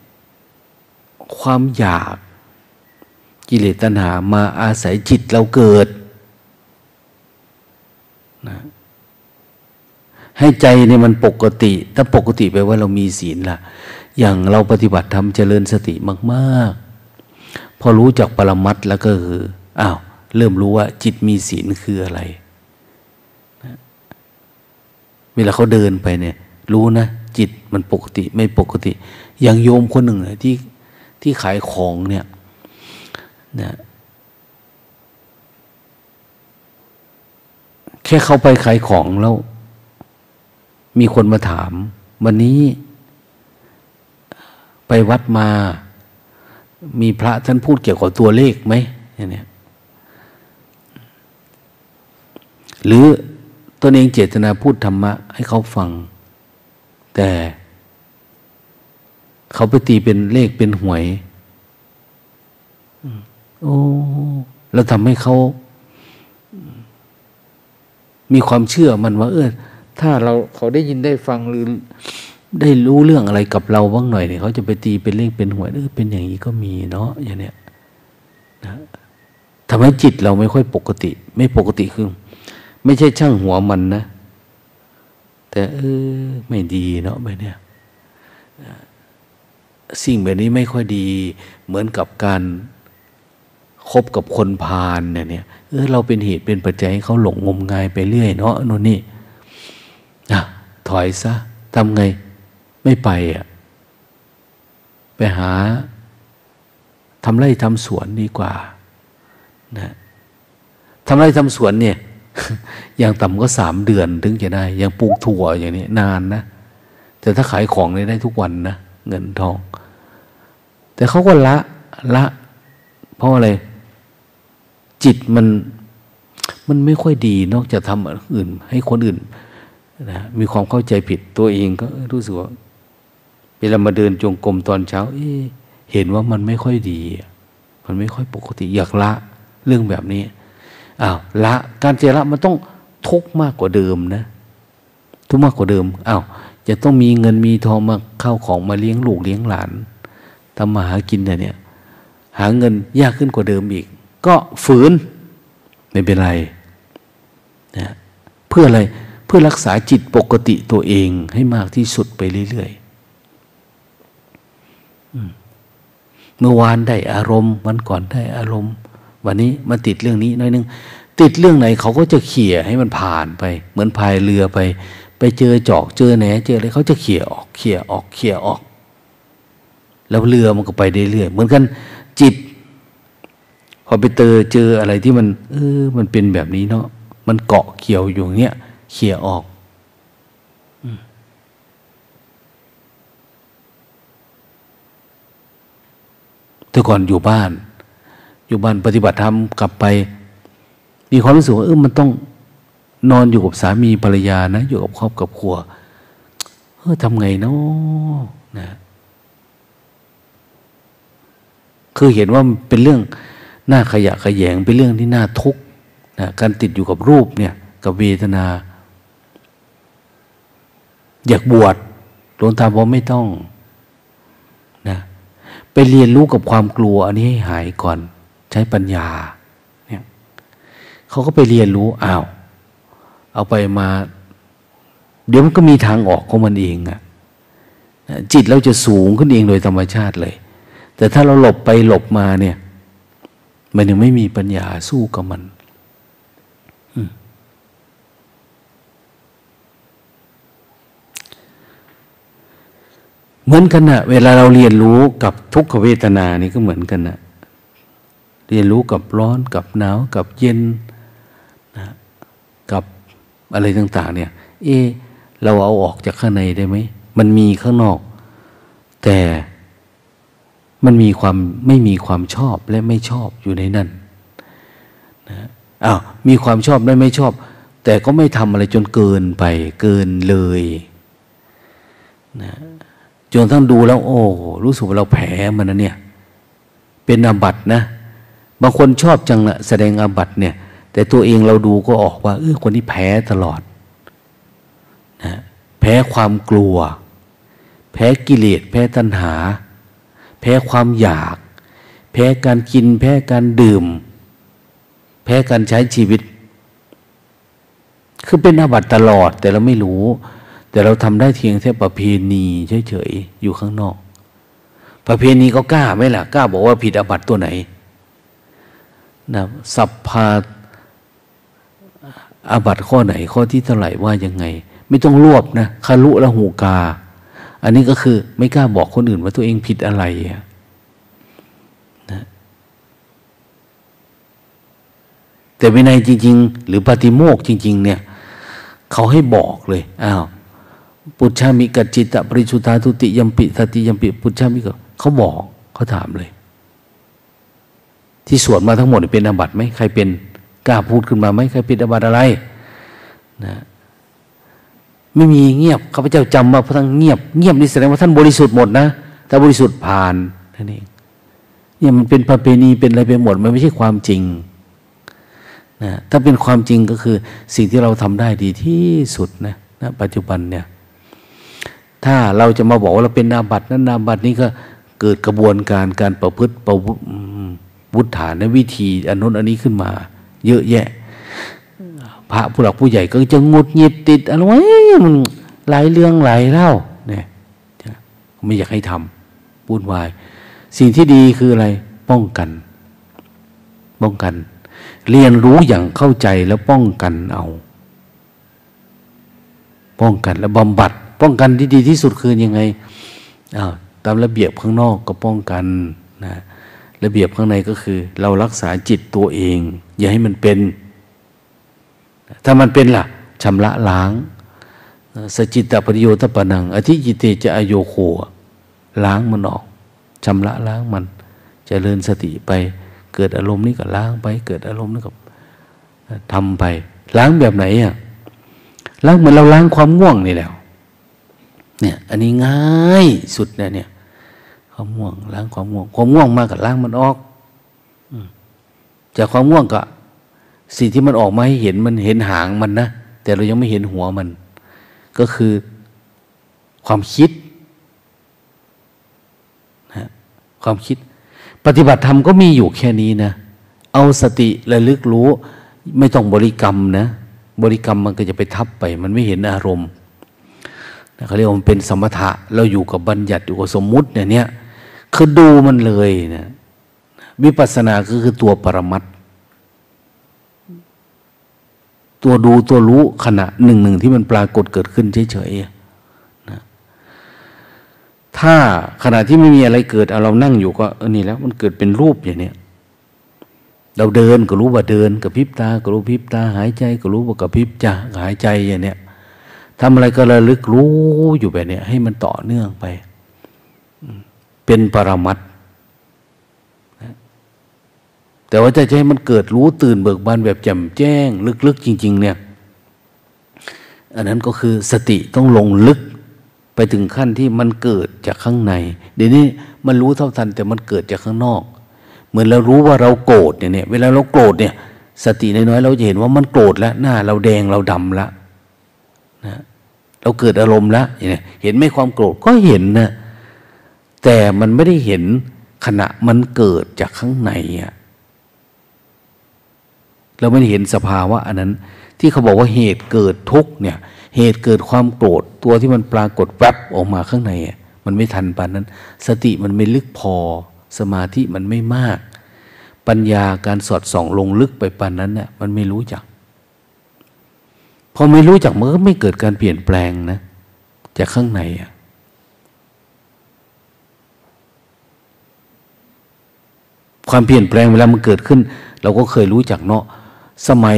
ความอยากกิเลสตัณหามาอาศัยจิตเราเกิดนะให้ใจเนี่ยมันปกติถ้าปกติแปลว่าเรามีศีลล่ะอย่างเราปฏิบัติธรรมเจริญสติมากๆพอรู้จักปรมัตถ์แล้วก็คือเริ่มรู้ว่าจิตมีศีลคืออะไรนะเวลาเขาเดินไปเนี่ยรู้นะจิตมันปกติไม่ปกติอย่างโยมคนหนึ่งเนี่ยที่ขายของเนี่ยนะแค่เข้าไปขายของแล้วมีคนมาถามวันนี้ไปวัดมามีพระท่านพูดเกี่ยวกับตัวเลขไหมเนี่ยหรือตนเองเจตนาพูดธรรมะให้เขาฟังแต่เขาไปตีเป็นเลขเป็นหวยแล้วทำให้เขามีความเชื่อมันว่าถ้าเขาได้ยินได้ฟังหรือได้รู้เรื่องอะไรกับเราบ้างหน่อยเนี่ยเขาจะไปตีเป็นเลขเป็นหวยเป็นอย่างนี้ก็มีเนาะอย่างเนี้ยนะทำให้จิตเราไม่ค่อยปกติไม่ปกติคือไม่ใช่ช่างหัวมันนะแต่ไม่ดีเนาะแบบเนี้ยสิ่งแบบนี้ไม่ค่อยดีเหมือนกับการคบกับคนพาลเนี่ยเราเป็นเหตุเป็นปัจจัยให้เขาหลงงมงายไปเรื่อยเนาะโน่นนี่ถอยซะทำไงไม่ไปไปหาทำไร่ทำสวนดีกว่านะทำไร่ทำสวนเนี่ย อย่างต่ำก็3 เดือนถึงจะได้อย่างปลูกถั่วอย่างนี้นานนะแต่ถ้าขายของได้ทุกวันนะเงินทองแต่เขาก็ละเพราะอะไรจิตมันไม่ค่อยดีนอกจากทำอื่นให้คนอื่นนะมีความเข้าใจผิดตัวเองก็รู้สึกว่าเวลามาเดินจงกรมตอนเช้าเห็นว่ามันไม่ค่อยดีมันไม่ค่อยปกติอยากละเรื่องแบบนี้อ้าวละการจะละมันต้องทุกข์มากกว่าเดิมนะทุกข์มากกว่าเดิมอ้าวจะต้องมีเงินมีทองมาเข้าของมาเลี้ยงลูกเลี้ยงหลานทำมาหากินเนี่ยหาเงินยากขึ้นกว่าเดิมอีกก็ฝืนไม่เป็นไรนะเพื่ออะไรเพื่อรักษาจิตปกติตัวเองให้มากที่สุดไปเรื่อยๆเมื่อวานได้อารมณ์วันก่อนได้อารมณ์วันนี้มาติดเรื่องนี้หน่อยนึงติดเรื่องไหนเขาก็จะเขี่ยให้มันผ่านไปเหมือนพายเรือไปเจอจอกเจอแหนเจออะไรเขาจะเขี่ยออกเขี่ยออกเขี่ยออกแล้วเรือมันก็ไปเรื่อยๆเหมือนกันจิตพอไปเจออะไรที่มันมันเป็นแบบนี้เนาะมันเกาะเกี่ยวอยู่เงี้ยเขี่ยออกแต่ก่อนอยู่บ้านปฏิบัติธรรมกลับไปมีความรู้สึกว่ามันต้องนอนอยู่กับสามีภรรยานะอยู่กับครอบครัวทำไงเนาะนะคือเห็นว่าเป็นเรื่องน่าขยะแขยงเป็นเรื่องที่น่าทุกข์นะการติดอยู่กับรูปเนี่ยกับเวทนาอยากบวชหลวงตาบอกไม่ต้องนะไปเรียนรู้กับความกลัวอันนี้ให้หายก่อนใช้ปัญญาเนี่ยเขาก็ไปเรียนรู้เอาไปมาเดี๋ยวมันก็มีทางออกของมันเองอะจิตเราจะสูงขึ้นเองโดยธรรมชาติเลยแต่ถ้าเราหลบไปหลบมาเนี่ยมันยังไม่มีปัญญาสู้กับมันเหมือนกันนะเวลาเราเรียนรู้กับทุกขเวทนานี่ก็เหมือนกันนะเรียนรู้กับร้อนกับหนาวกับเย็นนะกับอะไรต่างๆเนี่ยเราเอาออกจากข้างในได้ไหมมันมีข้างนอกแต่มันมีความไม่มีความชอบและไม่ชอบอยู่ในนั้นนะมีความชอบและไม่ชอบแต่ก็ไม่ทำอะไรจนเกินไปเกินเลยนะจนทั้งดูแล้วรู้สึกว่าเราแพ้มันนะเนี่ยเป็นอาบัตินะบางคนชอบจังละแสดงอาบัติเนี่ยแต่ตัวเองเราดูก็ออกว่าคนนี้แพ้ตลอดนะแพ้ความกลัวแพ้กิเลสแพ้ตัณหาแพ้ความอยากแพ้การกินแพ้การดื่มแพ้การใช้ชีวิตคือเป็นอาบัติตลอดแต่เราไม่รู้แต่เราทำได้เพียงแค่ประเพณีเฉยๆอยู่ข้างนอกประเพณีก็กล้าไหมล่ะกล้าบอกว่าผิดอาบัติตัวไหนนะสัพพาอาบัติข้อไหนข้อที่เท่าไหร่ว่ายังไงไม่ต้องรวบนะคารุละหูกาอันนี้ก็คือไม่กล้าบอกคนอื่นว่าตัวเองผิดอะไรนะแต่วินัยจริงๆหรือปาฏิโมกข์จริงๆเนี่ยเขาให้บอกเลยปุจฉามิกัจจิตะปริสุทธาทุติยัมปิสติยัมปิปุจฉามิก็เขาบอกเขาถามเลยที่สวดมาทั้งหมดเป็นอาบัติไหมใครเป็นกล้าพูดขึ้นมาไหมใครเป็นอาบัติอะไรนะไม่มีเงียบข้าพเจ้าจำว่าพระท่านเงียบนี่แสดงว่าท่านบริสุทธิ์หมดนะถ้าบริสุทธิ์ผ่านนั่นเองเนี่ยมันเป็นประเพณีเป็นอะไรไปหมดมันไม่ใช่ความจริงนะถ้าเป็นความจริงก็คือสิ่งที่เราทำได้ดีที่สุดนะปัจจุบันเนี่ยถ้าเราจะมาบอกว่าเราเป็นอาบัตินั้นอาบัตินี้ก็เกิดกระบวนการประพฤติวุฒิฐานวิธีอันนู้นอันนี้ขึ้นมาเยอะแยะพระผู้หลักผู้ใหญ่ก็จะงุดหงิดติดอะไรมันหลายเรื่องหลายเล่าเนี่ยไม่อยากให้ทำวุ่นวายสิ่งที่ดีคืออะไรป้องกันเรียนรู้อย่างเข้าใจแล้วป้องกันเอาป้องกันและบำบัดป้องกันที่ดีที่สุดคือยังไงตามระเบียบข้างนอกก็ป้องกันนะระเบียบข้างในก็คือเรารักษาจิตตัวเองอย่าให้มันเป็นถ้ามันเป็นล่ะชำระล้างสจิตตปริโยทปนังอธิจิเตจะอโยโคล้างมันออกชำระล้างมันเจริญสติไปเกิดอารมณ์นี้ก็ล้างไปเกิดอารมณ์นี้ก็ทำไปล้างแบบไหนล้างเหมือนเราล้างความง่วงนี่แหละเนี่ยอันนี้ง่ายสุดเนี่ยความง่วงล้างความง่วงความง่วงมากับล้างมันออกจากความง่วงก็สิ่งที่มันออกมาให้เห็นมันเห็นหางมันนะแต่เรายังไม่เห็นหัวมันก็คือความคิดนะความคิดปฏิบัติธรรมก็มีอยู่แค่นี้นะเอาสติระลึกรู้ไม่ต้องบริกรรมนะบริกรรมมันก็จะไปทับไปมันไม่เห็นอารมณ์เขาเรียกว่ามันเป็นสมถะเราอยู่กับบัญญัติอยู่กับสมมุติเนี่ยคือดูมันเลยนะวิปัสสนาก็คือตัวปรมัตถ์ตัวดูตัวรู้ขณะหนึ่งที่มันปรากฏเกิดขึ้นเฉยๆนะถ้าขณะที่ไม่มีอะไรเกิดเรานั่งอยู่ก็นี่แล้วมันเกิดเป็นรูปอย่างนี้เราเดินก็รู้ว่าเดินกับพริบตาก็รู้พริบตาหายใจก็รู้ว่ากับพริบจะหายใจอย่างเนี้ยทำอะไรก็ระลึกรู้อยู่แบบนี้ให้มันต่อเนื่องไปเป็นปรมัตถ์แต่ว่าจะให้มันเกิดรู้ตื่นเบิกบานแบบแจ่มแจ้งลึกๆจริงๆเนี่ยอันนั้นก็คือสติต้องลงลึกไปถึงขั้นที่มันเกิดจากข้างในเดี๋ยวนี้มันรู้เท่าทันแต่มันเกิดจากข้างนอกเหมือนเรารู้ว่าเราโกรธเนี่ยเวลาเราโกรธเนี่ยสติน้อยๆเราจะเห็นว่ามันโกรธแล้วหน้าเราแดงเราดำแล้วนะเราเกิดอารมณ์แล้วเห็นไหมความโกรธก็เห็นนะแต่มันไม่ได้เห็นขณะมันเกิดจากข้างในอะเราไม่ได้เห็นสภาวะอันนั้นที่เขาบอกว่าเหตุเกิดทุกข์เนี่ยเหตุเกิดความโกรธตัวที่มันปรากฏแวบออกมาข้างในมันไม่ทันปานนั้นสติมันไม่ลึกพอสมาธิมันไม่มากปัญญาการสอดส่องลงลึกไปปานนั้นเนี่ยมันไม่รู้จักพอไม่รู้จักมันก็ไม่เกิดการเปลี่ยนแปลงนะจากข้างในความเปลี่ยนแปลงเวลามันเกิดขึ้นเราก็เคยรู้จักเนาะสมัย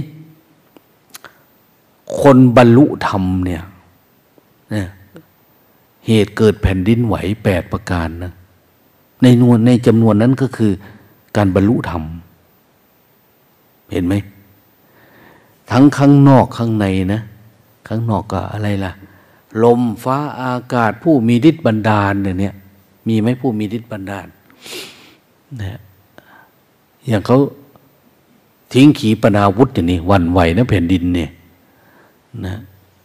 คนบรรลุธรรมเนี่ยเหตุเกิดแผ่นดินไหว8ประการนะในจำนวนนั้นก็คือการบรรลุธรรมเห็นไหมทั้งข้างนอกข้างในนะข้างนอกก็อะไรล่ะลมฟ้าอากาศผู้มีฤทธิ์บันดาลเนี่ยมีไหมผู้มีฤทธิ์บันดาลเนี่ยอย่างเขาทิ้งขีปนาวุธอย่างนี้วันไหวนะแผ่นดินเนี่ยนะ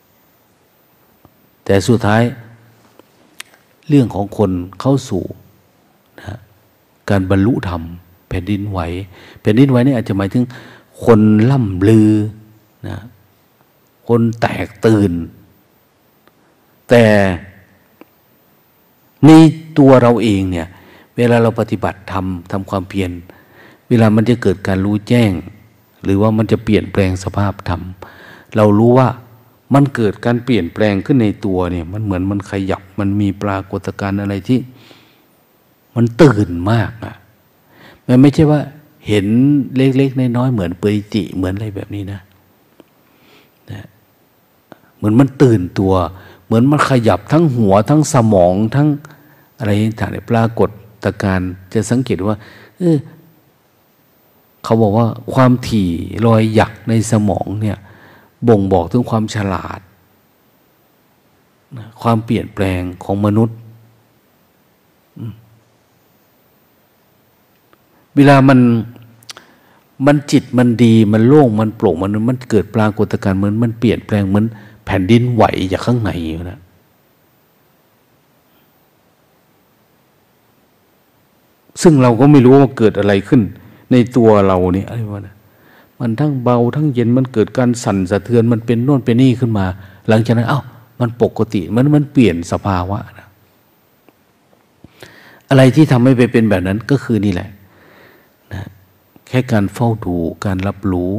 แต่สุดท้ายเรื่องของคนเข้าสู่นะการบรรลุธรรมแผ่นดินไหวแผ่นดินไหวนี่อาจจะหมายถึงคนล่ำลือนะคนแตกตื่นแต่ในตัวเราเองเนี่ยเวลาเราปฏิบัติทำความเพียรเวลามันจะเกิดการรู้แจ้งหรือว่ามันจะเปลี่ยนแปลงสภาพธรรมเรารู้ว่ามันเกิดการเปลี่ยนแปลงขึ้นในตัวเนี่ยมันเหมือนมันขยับมันมีปรากฏการณ์อะไรที่มันตื่นมากอ่ะมันไม่ใช่ว่าเห็นเล็กๆน้อยๆเหมือนปริติเหมือนอะไรแบบนี้นะเหมือนมันตื่นตัวเหมือนมันขยับทั้งหัวทั้งสมองทั้งอะไรต่างๆปรากฏการณ์จะสังเกตว่าเขาบอกว่าความถี่รอยหยักในสมองเนี่ยบ่งบอกถึงความฉลาดความเปลี่ยนแปลงของมนุษย์เวลามันจิตมันดีมันโล่งมันโปร่งมันเกิดปรากฏการณ์เหมือนมันเปลี่ยนแปลงเหมือนแผ่นดินไหวจากข้างในอยู่นะซึ่งเราก็ไม่รู้ว่าเกิดอะไรขึ้นในตัวเราเนี่ยอะไรวะนะมันทั้งเบาทั้งเย็นมันเกิดการสั่นสะเทือนมันเป็นโน่นเป็นนี่ขึ้นมาหลังจากนั้นมันปกติมันเปลี่ยนสภาวะนะอะไรที่ทำให้ไปเป็นแบบนั้นก็คือนี่แหละนะแค่การเฝ้าดูการรับรู้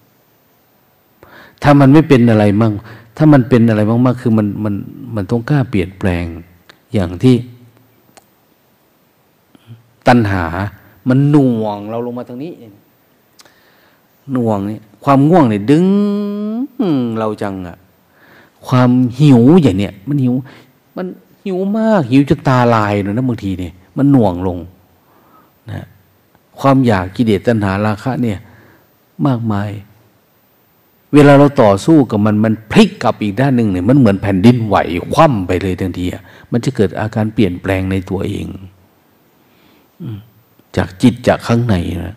ถ้ามันไม่เป็นอะไรมั่งถ้ามันเป็นอะไรมากๆคือมันต้องกล้าเปลี่ยนแปลงอย่างที่ตัณหามันหน่วงเราลงมาทางนี้หน่วงนี่ความง่วงเนี่ยดึงเราจังอะความหิวอย่างเนี้ยมันหิวมากหิวจนตาลายเลยนะบางทีเนี่ยมันหน่วงลงนะความอยากกิเลสตัณหาราคะเนี่ยมากมายเวลาเราต่อสู้กับมันพลิกกลับอีกด้านหนึ่งเนี่ยมันเหมือนแผ่นดินไหวคว่ำไปเลยทันทีมันจะเกิดอาการเปลี่ยนแปลงในตัวเองจากจิตจากข้างในนะ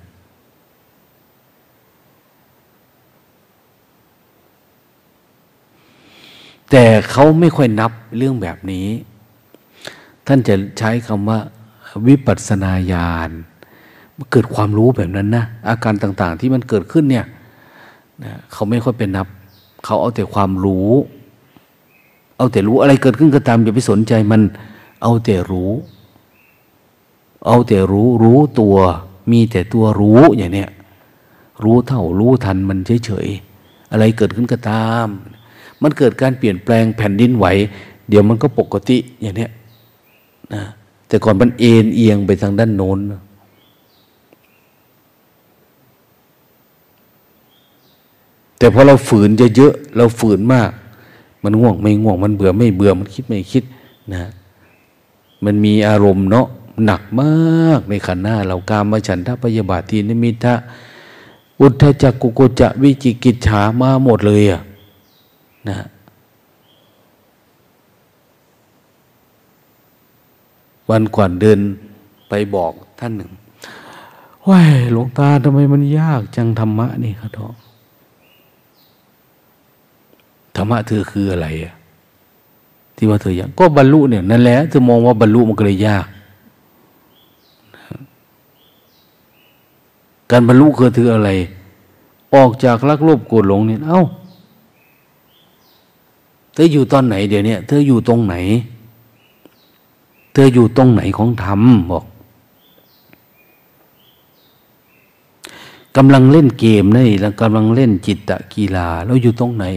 แต่เขาไม่ค่อยนับเรื่องแบบนี้ท่านจะใช้คำว่าวิปัสสนาญาณมันเกิดความรู้แบบนั้นนะอาการต่างๆที่มันเกิดขึ้นเนี่ยเขาไม่ค่อยเป็นนับเขาเอาแต่ความรู้เอาแต่รู้อะไรเกิดขึ้นก็ตามอย่าไปสนใจมันเอาแต่รู้เอาแต่รู้ตัวมีแต่ตัวรู้อย่างเนี้ยรู้เท่ารู้ทันมันเฉยๆอะไรเกิดขึ้นก็ตามมันเกิดการเปลี่ยนแปลงแผ่นดินไหวเดี๋ยวมันก็ปกติอย่างเนี้ยนะแต่ก่อนมันเอียงไปทางด้านโน้นแต่พอเราฝืนเยอะๆเราฝืนมากมันง่วงไม่ง่วงมันเบื่อไม่เบื่อมันคิดไม่คิดนะมันมีอารมณ์เนาะหนักมากในขันธ์หน้าเรากามฉันทะพยาบาททีนมิทะอุทธัจจกุกุจจะวิจิกิจฉามาหมดเลยนะวันก่อนเดินไปบอกท่านหนึ่งว้ายหลวงตาทำไมมันยากจังธรรมะนี่ครับท้อธรรมะเธอคืออะไรที่ว่าเธอยากก็บรรลุเนี่ยนั่นแหละเธอมองว่าบรรลุมันก็เลยยากการบรรลุคืออะไรออกจากรักโลภโกรธหลงเนี่ยเอ้าเธออยู่ตอนไหนเดี๋ยวนี้เธออยู่ตรงไหนเธออยู่ตรงไหนของธรรมบอกกำลังเล่นเกมนี่แล้วกำลังเล่นจิตตะกีฬาแล้วอยู่ตรงไหน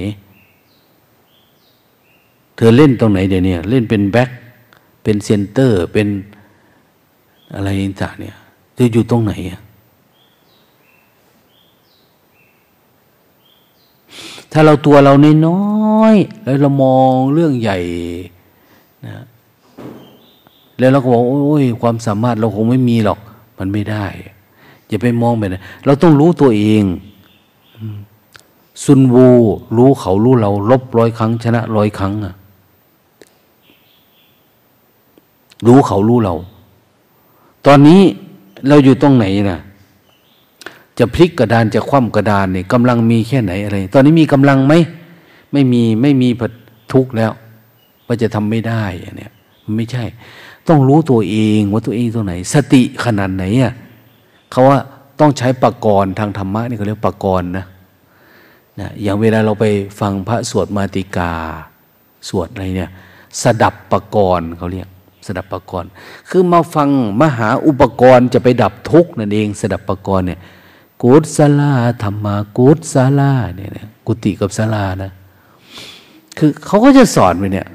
เธอเล่นตรงไหนเดี๋ยวนี้เล่นเป็นแบ็คเป็นเซนเตอร์เป็นอะไรต่างๆเนี่ยเธออยู่ตรงไหนถ้าเราตัวเราน้อยๆแล้วเรามองเรื่องใหญ่นะแล้วเราก็บอกโอ้ยความสามารถเราคงไม่มีหรอกมันไม่ได้อย่าไปมองไปนะเราต้องรู้ตัวเองซุนวูรู้เขารู้เราลบ100 ครั้งชนะ100 ครั้งรู้เขารู้เราตอนนี้เราอยู่ตรงไหนนะจะพลิกกระดานจะคว่ำกระดานเนี่ยกำลังมีแค่ไหนอะไรตอนนี้มีกำลังไหมไม่มีทุกข์แล้วว่าจะทำไม่ได้เนี่ยมันไม่ใช่ต้องรู้ตัวเองว่าตัวเองตัวไหนสติขนาดไหนเขาว่าต้องใช้ปกรณ์ทางธรรมะนี่เขาเรียกปกรณ์นะอย่างเวลาเราไปฟังพระสวดมาติกาสวดอะไรเนี่ยสดับปกรณ์เขาเรียกสดับปกรณ์คือมาฟังมหาอุปกรณ์จะไปดับทุกข์นั่นเองสดับปกรณ์เนี่ยกุศลธรรมากุศลเนี่ยกุฏิกับศาลานะคือเขาก็จะสอนไปเนี่ย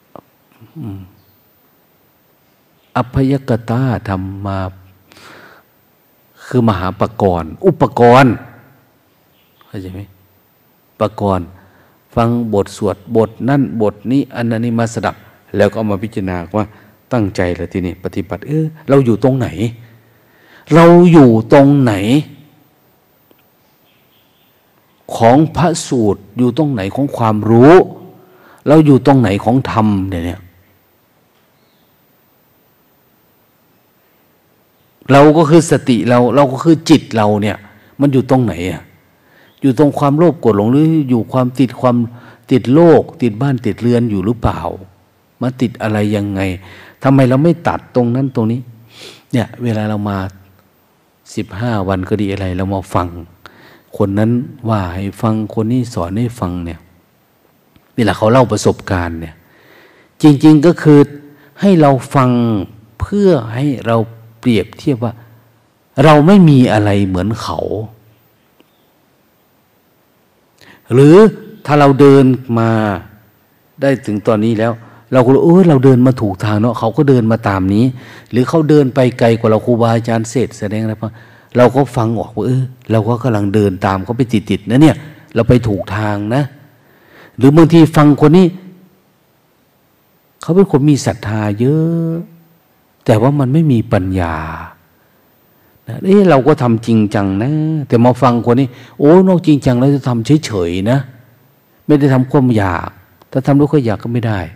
อัพยกตาธรรมาคือมหาปกรณ์อุปกรณ์เข้าใจไหมปกรณ์ฟังบทสวดบทนั่นบทนี้อันนั้นนี่มาสดับแล้วก็เอามาพิจารณาว่าตั้งใจแล้วทีนี้ปฏิบัติเราอยู่ตรงไหนเราอยู่ตรงไหนของพระสูตรอยู่ตรงไหนของความรู้เราอยู่ตรงไหนของธรรมเนี่ยเราก็คือสติเราก็คือจิตเราเนี่ยมันอยู่ตรงไหนอยู่ตรงความโลภโกรธหลงหรืออยู่ความติดโลกติดบ้านติดเรือนอยู่หรือเปล่ามาติดอะไรยังไงทำไมเราไม่ตัดตรงนั้นตรงนี้เนี่ยเวลาเรามา15 วันก็ดีอะไรเรามาฟังคนนั้นว่าให้ฟังคนนี้สอนให้ฟังเนี่ยเวลาเขาเล่าประสบการณ์เนี่ยจริงๆก็คือให้เราฟังเพื่อให้เราเปรียบเทียบว่าเราไม่มีอะไรเหมือนเขาหรือถ้าเราเดินมาได้ถึงตอนนี้แล้วเราก็เราเดินมาถูกทางเนาะเขาก็เดินมาตามนี้หรือเขาเดินไปไกลกว่าเราครูบาอาจารย์เสร็จแสดงอะไรบ้างเราก็ฟังออกว่าเราก็กำลังเดินตามเขาไปติดๆนะเนี่ยเราไปถูกทางนะหรือบางทีฟังคนนี้เขาเป็นคนมีศรัทธาเยอะแต่ว่ามันไม่มีปัญญานี่เราก็ทำจริงจังนะแต่มาฟังคนนี้โอ้นอกจริงจังแล้วจะทำเฉยๆนะไม่ได้ทำความอยากถ้าทำด้วยความอยากก็ไม่ได้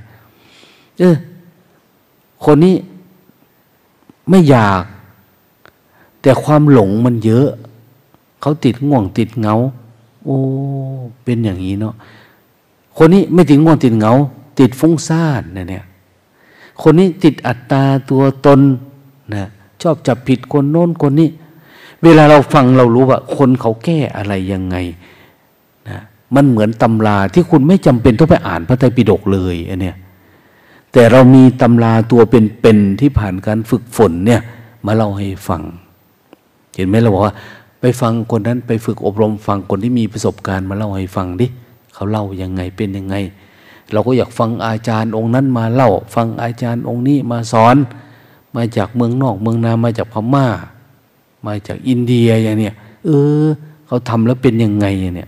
คนนี้ไม่อยากแต่ความหลงมันเยอะเขาติดง่วงติดเหงาโอ้เป็นอย่างนี้เนาะคนนี้ไม่ติดง่วงติดเหงาติดฟุ้งซ่านเนี่ยคนนี้ติดอัตตาตัวตนนะชอบจับผิดคนโน้นคนนี้เวลาเราฟังเรารู้ว่าคนเขาแก้อะไรยังไงนะมันเหมือนตำราที่คุณไม่จำเป็นต้องไปอ่านพระไตรปิฎกเลยอันเนี้ยแต่เรามีตำราตัวเป็นๆที่ผ่านการฝึกฝนเนี่ยมาเล่าให้ฟังเห็นไหมเราบอกว่าไปฟังคนนั้นไปฝึกอบรมฟังคนที่มีประสบการณ์มาเล่าให้ฟังดิเขาเล่ายังไงเป็นยังไงเราก็อยากฟังอาจารย์องค์นั้นมาเล่าฟังอาจารย์องค์นี้มาสอนมาจากเมืองนอกเมืองนามาจากพม่ามาจากอินเดียอย่างเนี้ยเขาทำแล้วเป็นยังไงเนี่ย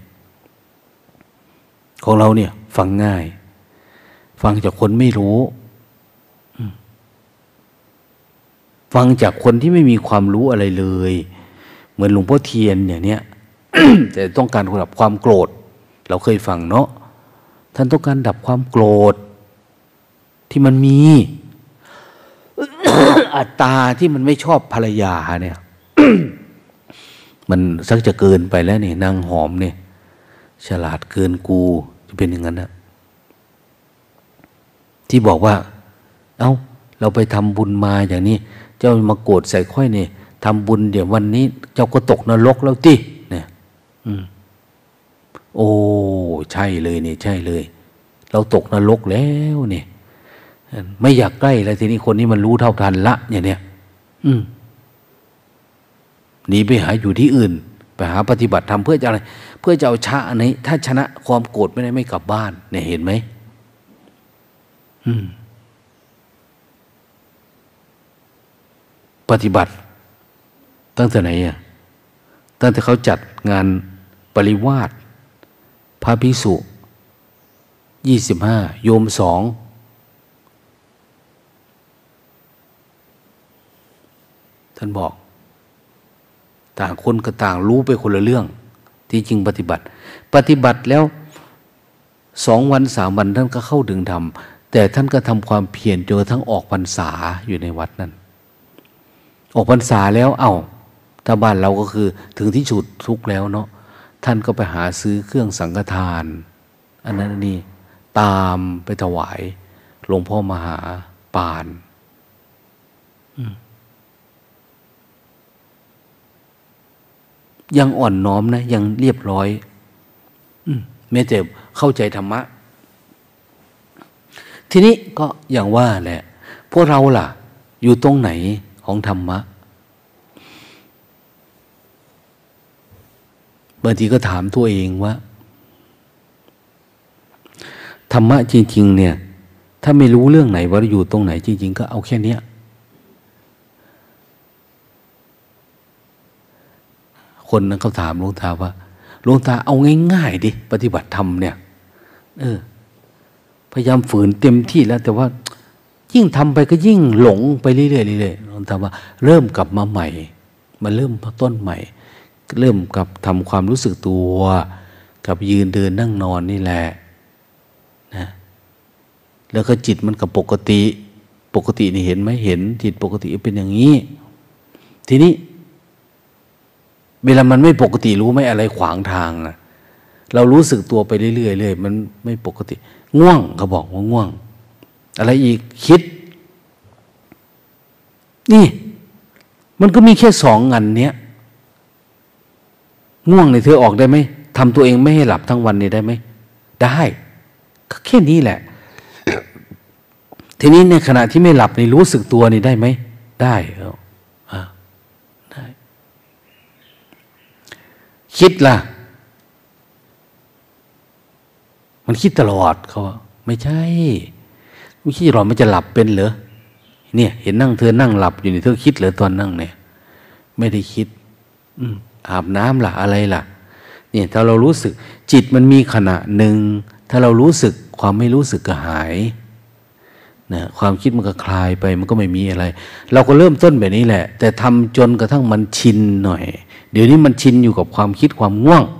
ของเราเนี่ยฟังง่ายฟังจากคนไม่รู้ฟังจากคนที่ไม่มีความรู้อะไรเลยเหมือนหลวงพ่อเทียนอย่างเนี้ย แต่ต้องการดับความโกรธเราเคยฟังเนาะท่านต้องการดับความโกรธที่มันมี อัตตาที่มันไม่ชอบภรรยาเนี่ย มันสักจะเกินไปแล้วนี่นางหอมเนี่ยฉลาดเกินกูจะเป็นอย่างนั้นนะที่บอกว่าเราไปทำบุญมาอย่างนี้เจ้ามาโกรธใส่ค่อยเนี่ยทำบุญเดี๋ยววันนี้เจ้าก็ตกนรกแล้วติเนี่ยโอ้ใช่เลยเนี่ยใช่เลยเราตกนรกแล้วเนี่ยไม่อยากใกล้แล้วทีนี้คนนี้มันรู้เท่าทันละอย่างเนี้ยหนีไปหาอยู่ที่อื่นไปหาปฏิบัติธรรมเพื่อจะอะไรเพื่อจะเอาชนะนี้ถ้าชนะความโกรธไม่กลับบ้านเนี่ยเห็นไหมปฏิบัติตั้งแต่ไหนตั้งแต่เขาจัดงานปริวาสพระภิกษุ25โยม2ท่านบอกต่างคนก็ต่างรู้ไปคนละเรื่องที่จริงปฏิบัติแล้ว2 วัน 3 วันท่านก็เข้าถึงธรรมแต่ท่านก็ทำความเพียรจนกระทั่งออกพรรษาอยู่ในวัดนั้นออกพรรษาแล้วถ้าบ้านเราก็คือถึงที่สุดทุกข์แล้วเนาะท่านก็ไปหาซื้อเครื่องสังฆทานอันนั้นนี่ตามไปถวายหลวงพ่อมหาปานยังอ่อนน้อมนะยังเรียบร้อยแม้แต่เข้าใจธรรมะทีนี้ก็อย่างว่าแหละพวกเราล่ะอยู่ตรงไหนของธรรมะบางทีก็ถามตัวเองว่าธรรมะจริงๆเนี่ยถ้าไม่รู้เรื่องไหนว่าอยู่ตรงไหนจริงๆก็เอาแค่เนี้ยคนนั้นเขาถามหลวงตาว่าหลวงตาเอาง่ายๆดิปฏิบัติธรรมเนี่ยพยายามฝืนเต็มที่แล้วแต่ว่ายิ่งทำไปก็ยิ่งหลงไปเรื่อยๆเรื่อยๆหลวงตาว่าเริ่มกลับมาใหม่มาเริ่มต้นใหม่เริ่มกับทำความรู้สึกตัวกับยืนเดินนั่งนอนนี่แหละนะแล้วก็จิตมันกับปกตินี่เห็นไหมเห็นจิตปกติเป็นอย่างนี้ทีนี้เวลามันไม่ปกติรู้ไหมอะไรขวางทางนะเรารู้สึกตัวไปเรื่อยๆเลยมันไม่ปกติง่วงเขาบอกว่าง่วงอะไรอีกคิดนี่มันก็มีแค่2 อันเนี้ยง่วงเนี่ยเธอออกได้ไหมทำตัวเองไม่ให้หลับทั้งวันนี่ได้ไหมได้ก็แค่นี้แหละ ทีนี้ในขณะที่ไม่หลับนี่รู้สึกตัวนี่ได้ไหมได้ได้คิดล่ะมันคิดตลอดเขาว่าไม่ใช่ไม่คิดตลอดมันจะหลับเป็นเหรอเนี่ยเห็นเธอนั่งหลับอยู่นี่เธอคิดเหรอตอนนั่งเนี่ยไม่ได้คิดอาบน้ำล่ะอะไรล่ะเนี่ยถ้าเรารู้สึกจิตมันมีขณะหนึ่งถ้าเรารู้สึกความไม่รู้สึกก็หายนะความคิดมันก็คลายไปมันก็ไม่มีอะไร เราก็เริ่มต้นแบบนี้แหละ แต่ทำจนกระทั่งมันชินหน่อยเดี๋ยวนี้มันชินอยู่กับความคิดความง่วง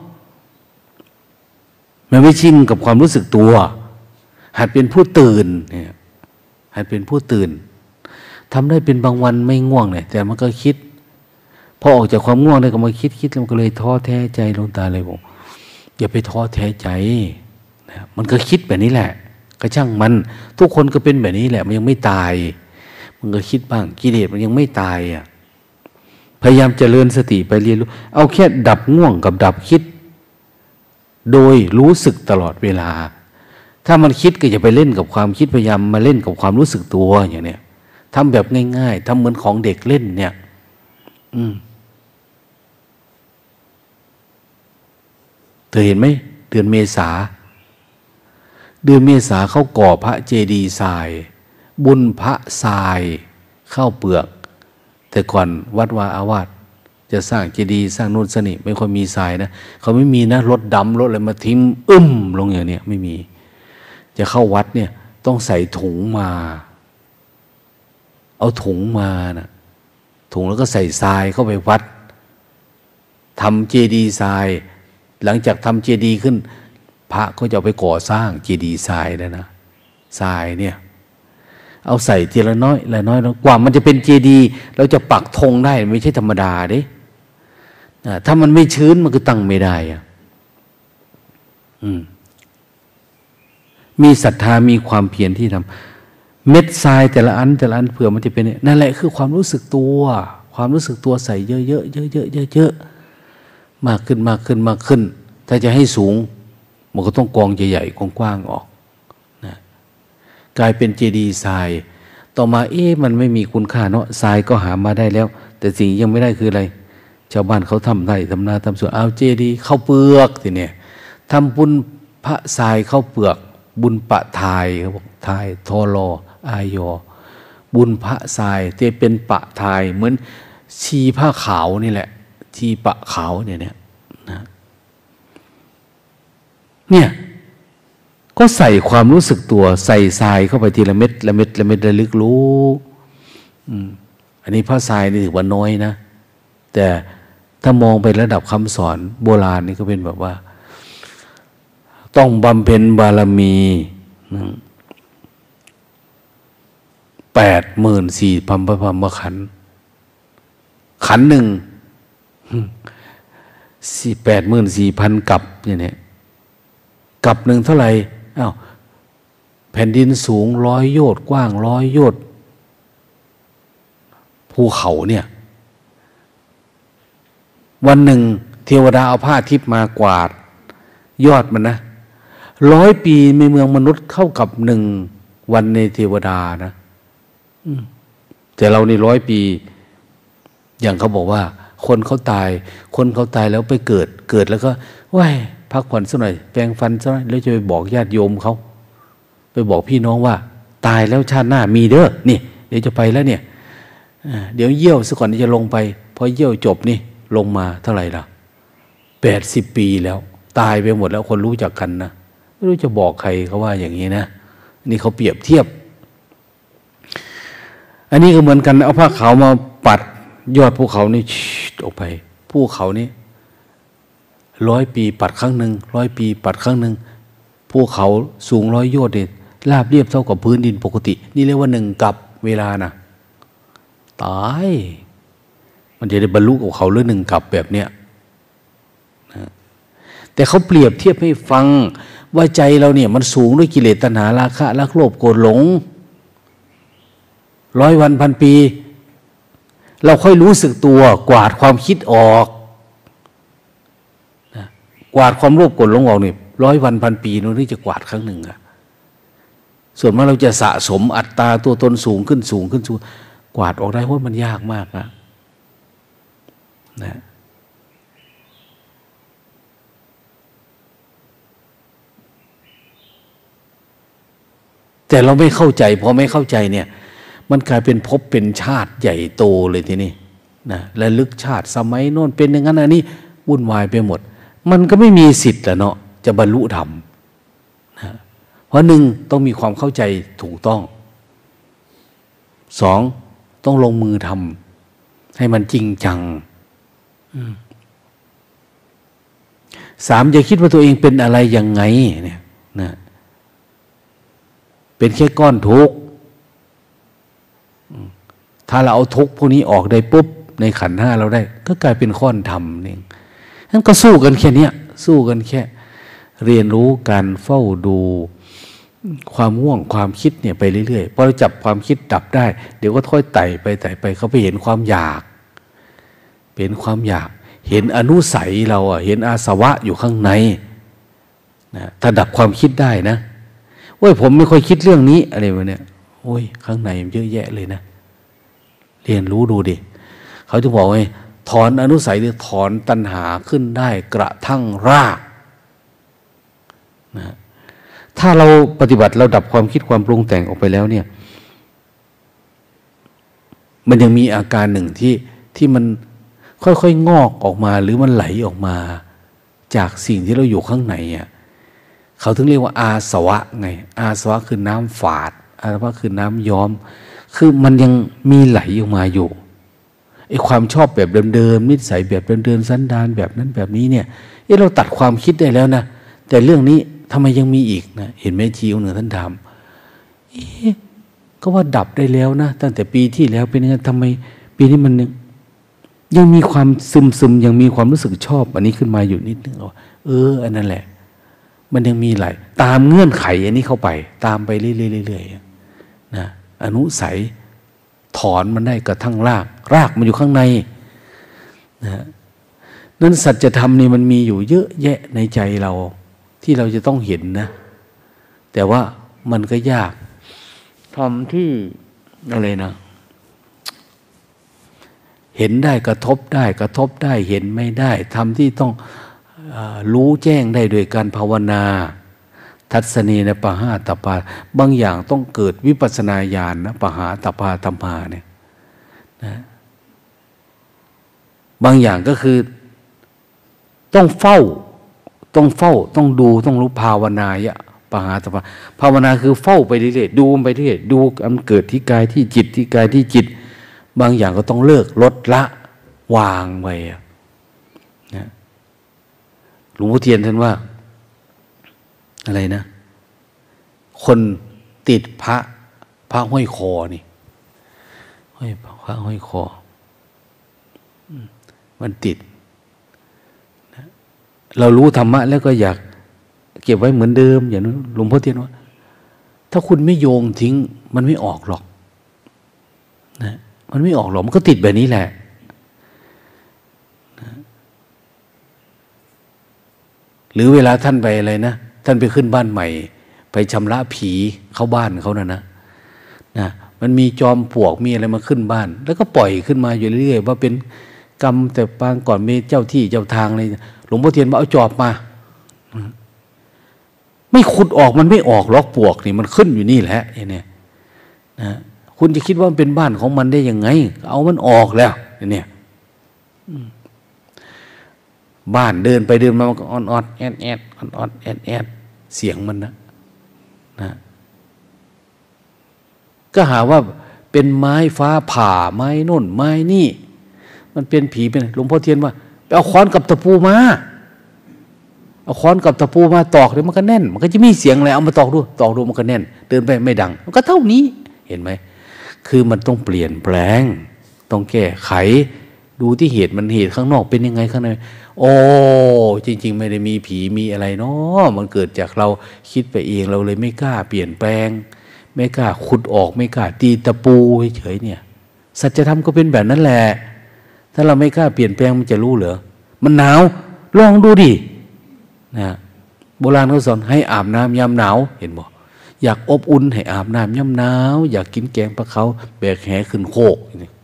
มันไม่ชินกับความรู้สึกตัวหัดเป็นผู้ตื่นเนี่ยหัดเป็นผู้ตื่นทำได้เป็นบางวันไม่ง่วงเนี่ยแต่มันก็คิดพอออกจากความง่วงได้ก็มาคิดแล้วมันก็เลยท้อแท้ใจลงตาเลยบอกอย่าไปท้อแท้ใจนะมันก็คิดแบบนี้แหละก็ช่างมันทุกคนก็เป็นแบบนี้แหละมันยังไม่ตายมันก็คิดบ้างกิเลสมันยังไม่ตายอ่ะพยายามเจริญสติไปเรียนรู้เอาแค่ดับง่วงกับดับคิดโดยรู้สึกตลอดเวลาถ้ามันคิดก็อย่าไปเล่นกับความคิดพยายามมาเล่นกับความรู้สึกตัวอย่างเนี้ยทำแบบง่ายๆทำเหมือนของเด็กเล่นเนี่ยเธอเห็นไหมเดือนเมษาเขาก่อพระเจดีย์ทรายบุญพระทรายข้าวเปลือกแต่ก่อนวัดวาอาวาสจะสร้างเจดีย์สร้างนู่นสนิไม่ค่อยมีทรายนะเขาไม่มีนะรถดำรถอะไรมาทิ้งลงอย่างเนี้ยไม่มีจะเข้าวัดเนี่ยต้องใส่ถุงมาเอาถุงมานะถุงแล้วก็ใส่ทรายเข้าไปวัดทำเจดีย์ทรายหลังจากทำเจดีย์ขึ้นพระก็จะเอาไปก่อสร้างเจดีย์ทรายแล้วนะทรายเนี่ยเอาใส่ทีละน้อยละน้อยกว่ามันจะเป็นเจดีย์เราจะปักธงได้ไม่ใช่ธรรมดาเด้ถ้ามันไม่ชื้นมันก็ตั้งไม่ได้อะมีศรัทธามีความเพียรที่ทำเม็ดทรายแต่ละอันเผื่อมันจะเป็นนั่นแหละคือความรู้สึกตัวความรู้สึกตัวใส่เยอะๆเยอะๆมากขึ้นถ้าจะให้สูงมันก็ต้องกองใหญ่ๆกว้างๆออกนะกลายเป็นเจดีย์ทรายต่อมามันไม่มีคุณค่าเนาะทรายก็หามาได้แล้วแต่สิ่งยังไม่ได้คืออะไรชาวบ้านเขาทำไร่ทำนาทำสวนเอาเจดีย์ข้าวเปลือกทีเนี่ยทำบุญพระทรายข้าวเปลือกบุญปะทายเขาบอกทายทอรออายอบุญพระทรายจะเป็นปะทายเหมือนชีผ้าขาวนี่แหละชีปะขาวเนี่ยนะเนี่ยก็ใส่ความรู้สึกตัวใส่ทรายเข้าไปทีละเม็ดระลึกรู้อันนี้พระทรายนี่ถือว่าน้อยนะแต่ถ้ามองไประดับคำสอนโบราณนี่ก็เป็นแบบว่าต้องบำเพ็ญบารมี84,000พระพรหมขันธ์ขันธ์หนึ่ง84,000กับเนี่ยกับหนึ่งเท่าไหร่แผ่นดินสูง100 โยชน์กว้าง100 โยชน์ภูเขาเนี่ยวันหนึ่งเทวดาเอาผ้าทิพย์มากวาดยอดมันนะ100 ปีในเมืองมนุษย์เข้ากับ1 วันในเทวดานะแต่เรานี่100 ปีอย่างเขาบอกว่าคนเขาตายแล้วไปเกิดแล้วก็ว้ายพักผ่อนสักหน่อยแปรงฟันสักหน่อยแล้วจะไปบอกญาติโยมเขาไปบอกพี่น้องว่าตายแล้วชาติหน้ามีเด้อนี่เดี๋ยวจะไปแล้วเนี่ยเดี๋ยวเยี่ยวซะก่อนที่จะลงไปพอเยี่ยวจบนี่ลงมาเท่าไหร่ล่ะ80 ปีแล้วตายไปหมดแล้วคนรู้จักกันนะไม่รู้จะบอกใครเขาว่าอย่างนี้นะนี่เขาเปรียบเทียบอันนี้ก็เหมือนกันเอาผ้าขาวมาปัดยอดภูเขานี่ออกไปภูเขานี่100 ปีปัดครั้งหนึ่ง100 ปีปัดครั้งหนึ่งภูเขาสูง100 โยชน์เนี่ยราบเรียบเท่ากับพื้นดินปกตินี่เรียกว่า1 กับเวลานะตายมันจะได้บรรลุกับเขาหรือ1 กับแบบเนี้ยนะแต่เขาเปรียบเทียบให้ฟังว่าใจเราเนี่ยมันสูงด้วยกิเลสตัณหาราคะรักโลภโกรธหลง100 วันพันปีเราค่อยรู้สึกตัวกวาดความคิดออกนะกวาดความโลภโกรธหลงออกนี่100 วันพันปีนู้นที่จะกวาดครั้งหนึ่งอะส่วนมากเราจะสะสมอัตตาตัวตนสูงขึ้นกวาดออกได้เพราะมันยากมากนะแต่เราไม่เข้าใจพอไม่เข้าใจเนี่ยมันกลายเป็นภพเป็นชาติใหญ่โตเลยทีนี้นะและลึกชาติสมัยโน้นเป็นอย่างนั้นอันนี้วุ่นวายไปหมดมันก็ไม่มีสิทธิ์แล้วเนาะจะบรรลุธรรมนะเพราะต้องมีความเข้าใจถูกต้องสองต้องลงมือทำให้มันจริงจังสามอย่าคิดว่าตัวเองเป็นอะไรยังไงเนี่ยนะเป็นแค่ก้อนทุกข์ถ้าเราเอาทุกข์พวกนี้ออกได้ปุ๊บในขันธ์ห้าเราได้ก็กลายเป็นก้อนธรรมเองนั่นก็สู้กันแค่เนี้ยสู้กันแค่เรียนรู้การเฝ้าดูความง่วงความคิดเนี่ยไปเรื่อยๆพอเราจับความคิดดับได้เดี๋ยวก็ค่อยไต่ไปเขาไปเห็นความอยากเป็นความอยากเห็นอนุสัยเราเห็นอาสวะอยู่ข้างในนะถ้าดับความคิดได้นะโอ้ยผมไม่ค่อยคิดเรื่องนี้อะไรวะเนี่ยโอ้ยข้างในมันเยอะแยะเลยนะเรียนรู้ดูดิเขาจะบอกไงถอนอนุสัยหรือถอนตัณหาขึ้นได้กระทั่งรากนะถ้าเราปฏิบัติเราดับความคิดความปรุงแต่งออกไปแล้วเนี่ยมันยังมีอาการหนึ่งที่มันค่อยๆงอกออกมาหรือมันไหลออกมาจากสิ่งที่เราอยู่ข้างในเขาถึงเรียกว่าอาสวะไงอาสวะคือน้ำฝาดอาสวะคือน้ำย้อมคือมันยังมีไหลออกมาอยู่ไอ้ความชอบแบบเดิมๆนิสัยแบบเดิมๆสันดานแบบนั้นแบบนี้เนี่ยเราตัดความคิดได้แล้วนะแต่เรื่องนี้ทำไมยังมีอีกนะเห็นไหมชีวหนึ่งท่านถามก็ว่าดับได้แล้วนะตั้งแต่ปีที่แล้วเป็นยังไงทำไมปีนี้มันยังมีความซึมยังมีความรู้สึกชอบอันนี้ขึ้นมาอยู่นิดนึงอันนั้นแหละมันยังมีหลายตามเงื่อนไขอันนี้เข้าไปตามไปเรื่อยๆนะอนุสัยถอนมันได้กระทั่งรากมันอยู่ข้างในนะนั้นสัจธรรมนี่มันมีอยู่เยอะแยะในใจเราที่เราจะต้องเห็นนะแต่ว่ามันก็ยากทำที่อะไรนะเห็นได้กระทบได้เห็นไม่ได้ทำที่ต้องรู้แจ้งได้โดยการภาวนาทัศนีนะปะหาตปาบางอย่างต้องเกิดวิปัสสนาญาณนะปะหาตปาธรรมาเนี่ยนะบางอย่างก็คือต้องเฝ้าต้องดูต้องรู้ภาวนายะปะหาตปาภาวนาคือเฝ้าไปเรื่อยๆดูไปเรื่อยดูมันเกิดที่กายที่จิตที่กายที่จิตบางอย่างก็ต้องเลิกลดละวางไว้นะหลวงพ่อเทียนท่านว่าอะไรนะคนติดพระห้อยคอนี่พระห้อยคอมันติดนะเรารู้ธรรมะแล้วก็อยากเก็บไว้เหมือนเดิมอย่างนั้นหลวงพ่อเทียนว่าถ้าคุณไม่โยงทิ้งมันไม่ออกหรอกนะมันไม่ออกหรอกมันก็ติดแบบนี้แหละนะหรือเวลาท่านไปอะไรนะท่านไปขึ้นบ้านใหม่ไปชำระผีเข้าบ้านเขานะมันมีจอมปลวกมีอะไรมาขึ้นบ้านแล้วก็ปล่อยขึ้นมาอยู่เรื่อยๆว่าเป็นกรรมแต่ปางก่อนมีเจ้าที่เจ้าทางอะไรหลวงพ่อเทียนบอกเอาจอบมาไม่ขุดออกมันไม่ออกหรอกปลวกนี่มันขึ้นอยู่นี่แหละเนี่ยนะคุณจะคิดว่ามันเป็นบ้านของมันได้ยังไงเอามันออกแล้วเนี่ยบ้านเดินไปเดินมามันก็ออดแอดออดแอดเสียงมันนะก็หาว่าเป็นไม้ฟ้าผ่าไม้โน่นไม้นี่มันเป็นผีเป็นหลวงพ่อเทียนว่าไปเอาค้อนกับตะปูมาเอาค้อนกับตะปูมาตอกเดี๋ยวมันก็แน่นมันก็จะมีเสียงอะไรเอามาตอกดูมันก็แน่นเดินไปไม่ดังมันก็เท่านี้เห็นไหมคือมันต้องเปลี่ยนแปลงต้องแก้ไขดูที่เหตุมันเหตุข้างนอกเป็นยังไงข้างในโอ้จริงๆไม่ได้มีผีมีอะไรเนาะมันเกิดจากเราคิดไปเองเราเลยไม่กล้าเปลี่ยนแปลงไม่กล้าขุดออกไม่กล้าตีตะปูเฉยเนี่ยสัจธรรมก็เป็นแบบนั้นแหละถ้าเราไม่กล้าเปลี่ยนแปลงมันจะรู้เหรอมันหนาวลองดูดินะโบราณเขาสอนให้อาบน้ำยามหนาวเห็นบ่อยากอบอุ่นให้อาบน้ำยามหนาวอยากกินแกงปลาเขาแบกแหขึ้นโคก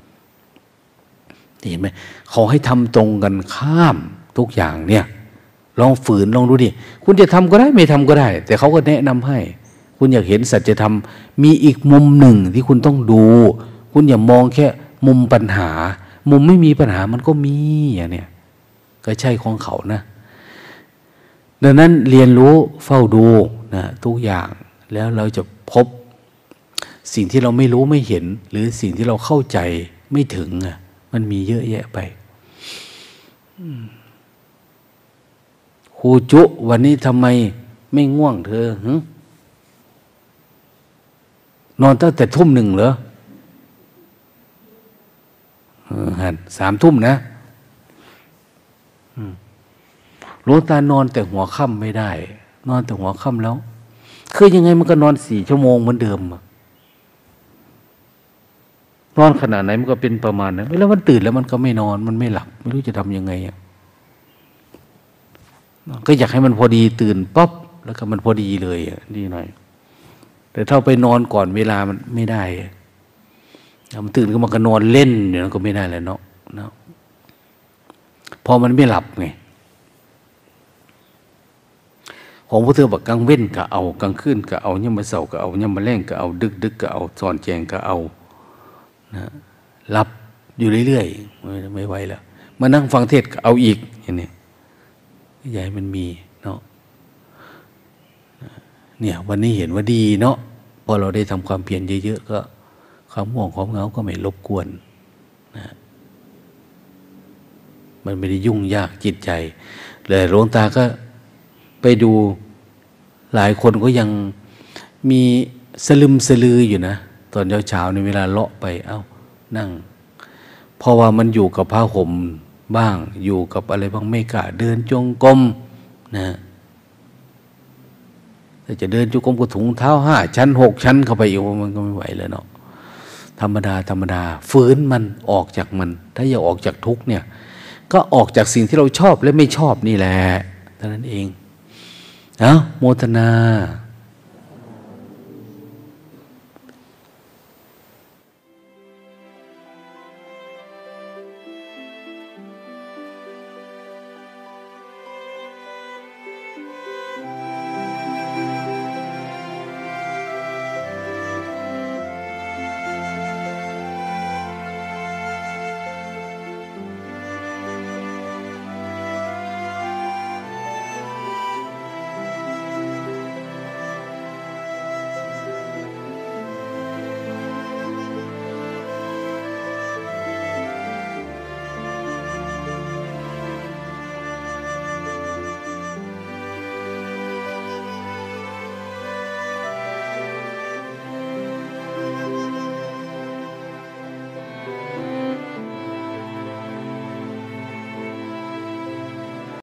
เห็นไหมเขาให้ทำตรงกันข้ามทุกอย่างเนี่ยลองฝืนลองดูดิคุณจะทำก็ได้ไม่ทำก็ได้แต่เขาก็แนะนำให้คุณอยากเห็นสัจธรรมมีอีกมุมหนึ่งที่คุณต้องดูคุณอย่ามองแค่มุมปัญหามุมไม่มีปัญหามันก็มีอย่างเนี้ยก็ใช่ของเขานะดังนั้นเรียนรู้เฝ้าดูนะทุกอย่างแล้วเราจะพบสิ่งที่เราไม่รู้ไม่เห็น หรือสิ่งที่เราเข้าใจไม่ถึงอ่ะมันมีเยอะแยะไปครูจุวันนี้ทำไมไม่ง่วงเธอนอนตั้งแต่ทุ่มหนึ่งเหรอหัน3 ทุ่มนะหลวงตานอนแต่หัวค่ำไม่ได้ นอนแต่หัวค่ำแล้วคือยังไงมันก็นอน4 ชั่วโมงเหมือนเดิมนอนขนาดไหนมันก็เป็นประมาณนั้นแล้วมันตื่นแล้วมันก็ไม่นอนมันไม่หลับไม่รู้จะทำยังไงก็อยากให้มันพอดีตื่นป๊อบแล้วก็มันพอดีเลยดีหน่อยแต่ถ้าไปนอนก่อนเวลามันไม่ได้มันตื่นก็มันก็นอนเล่นเนี่ยก็ไม่ได้แล้วเนาะพอมันไม่หลับไงของพระเธอบอกกลางเว้นก็เอากลางคืนก็เอาเนี่ยมาเสาก็เอาเนี่ยมาแรงก็เอาดึกก็เอาสอนแจงก็เอานะรับอยู่เรื่อยๆไม่ไหวแล้วมานั่งฟังเทศก็เอาอีกอย่างนี้ใหญ่มันมีเนาะเนี่ยวันนี้เห็นว่าดีเนาะพอเราได้ทำความเพียรเยอะๆก็ความง่วงความเหงาก็ไม่รบกวนนะมันไม่ได้ยุ่งยากจิตใจเลยหลวงตาก็ไปดูหลายคนก็ยังมีสลึมสลืออยู่นะตอนเช้าๆในเวลาเลาะไปนั่งเพราะว่ามันอยู่กับผ้าห่มบ้างอยู่กับอะไรบ้างไม่กล้าเดินจงกรมนะแต่จะเดินจงกรมก็ถุงเท้า5 ชั้น 6 ชั้นเข้าไปอยู่มันก็ไม่ไหวแล้วเนาะธรรมดาฝืนมันออกจากมันถ้าอยากออกจากทุกข์เนี่ยก็ออกจากสิ่งที่เราชอบและไม่ชอบนี่แหละเท่านั้นเองโมทนา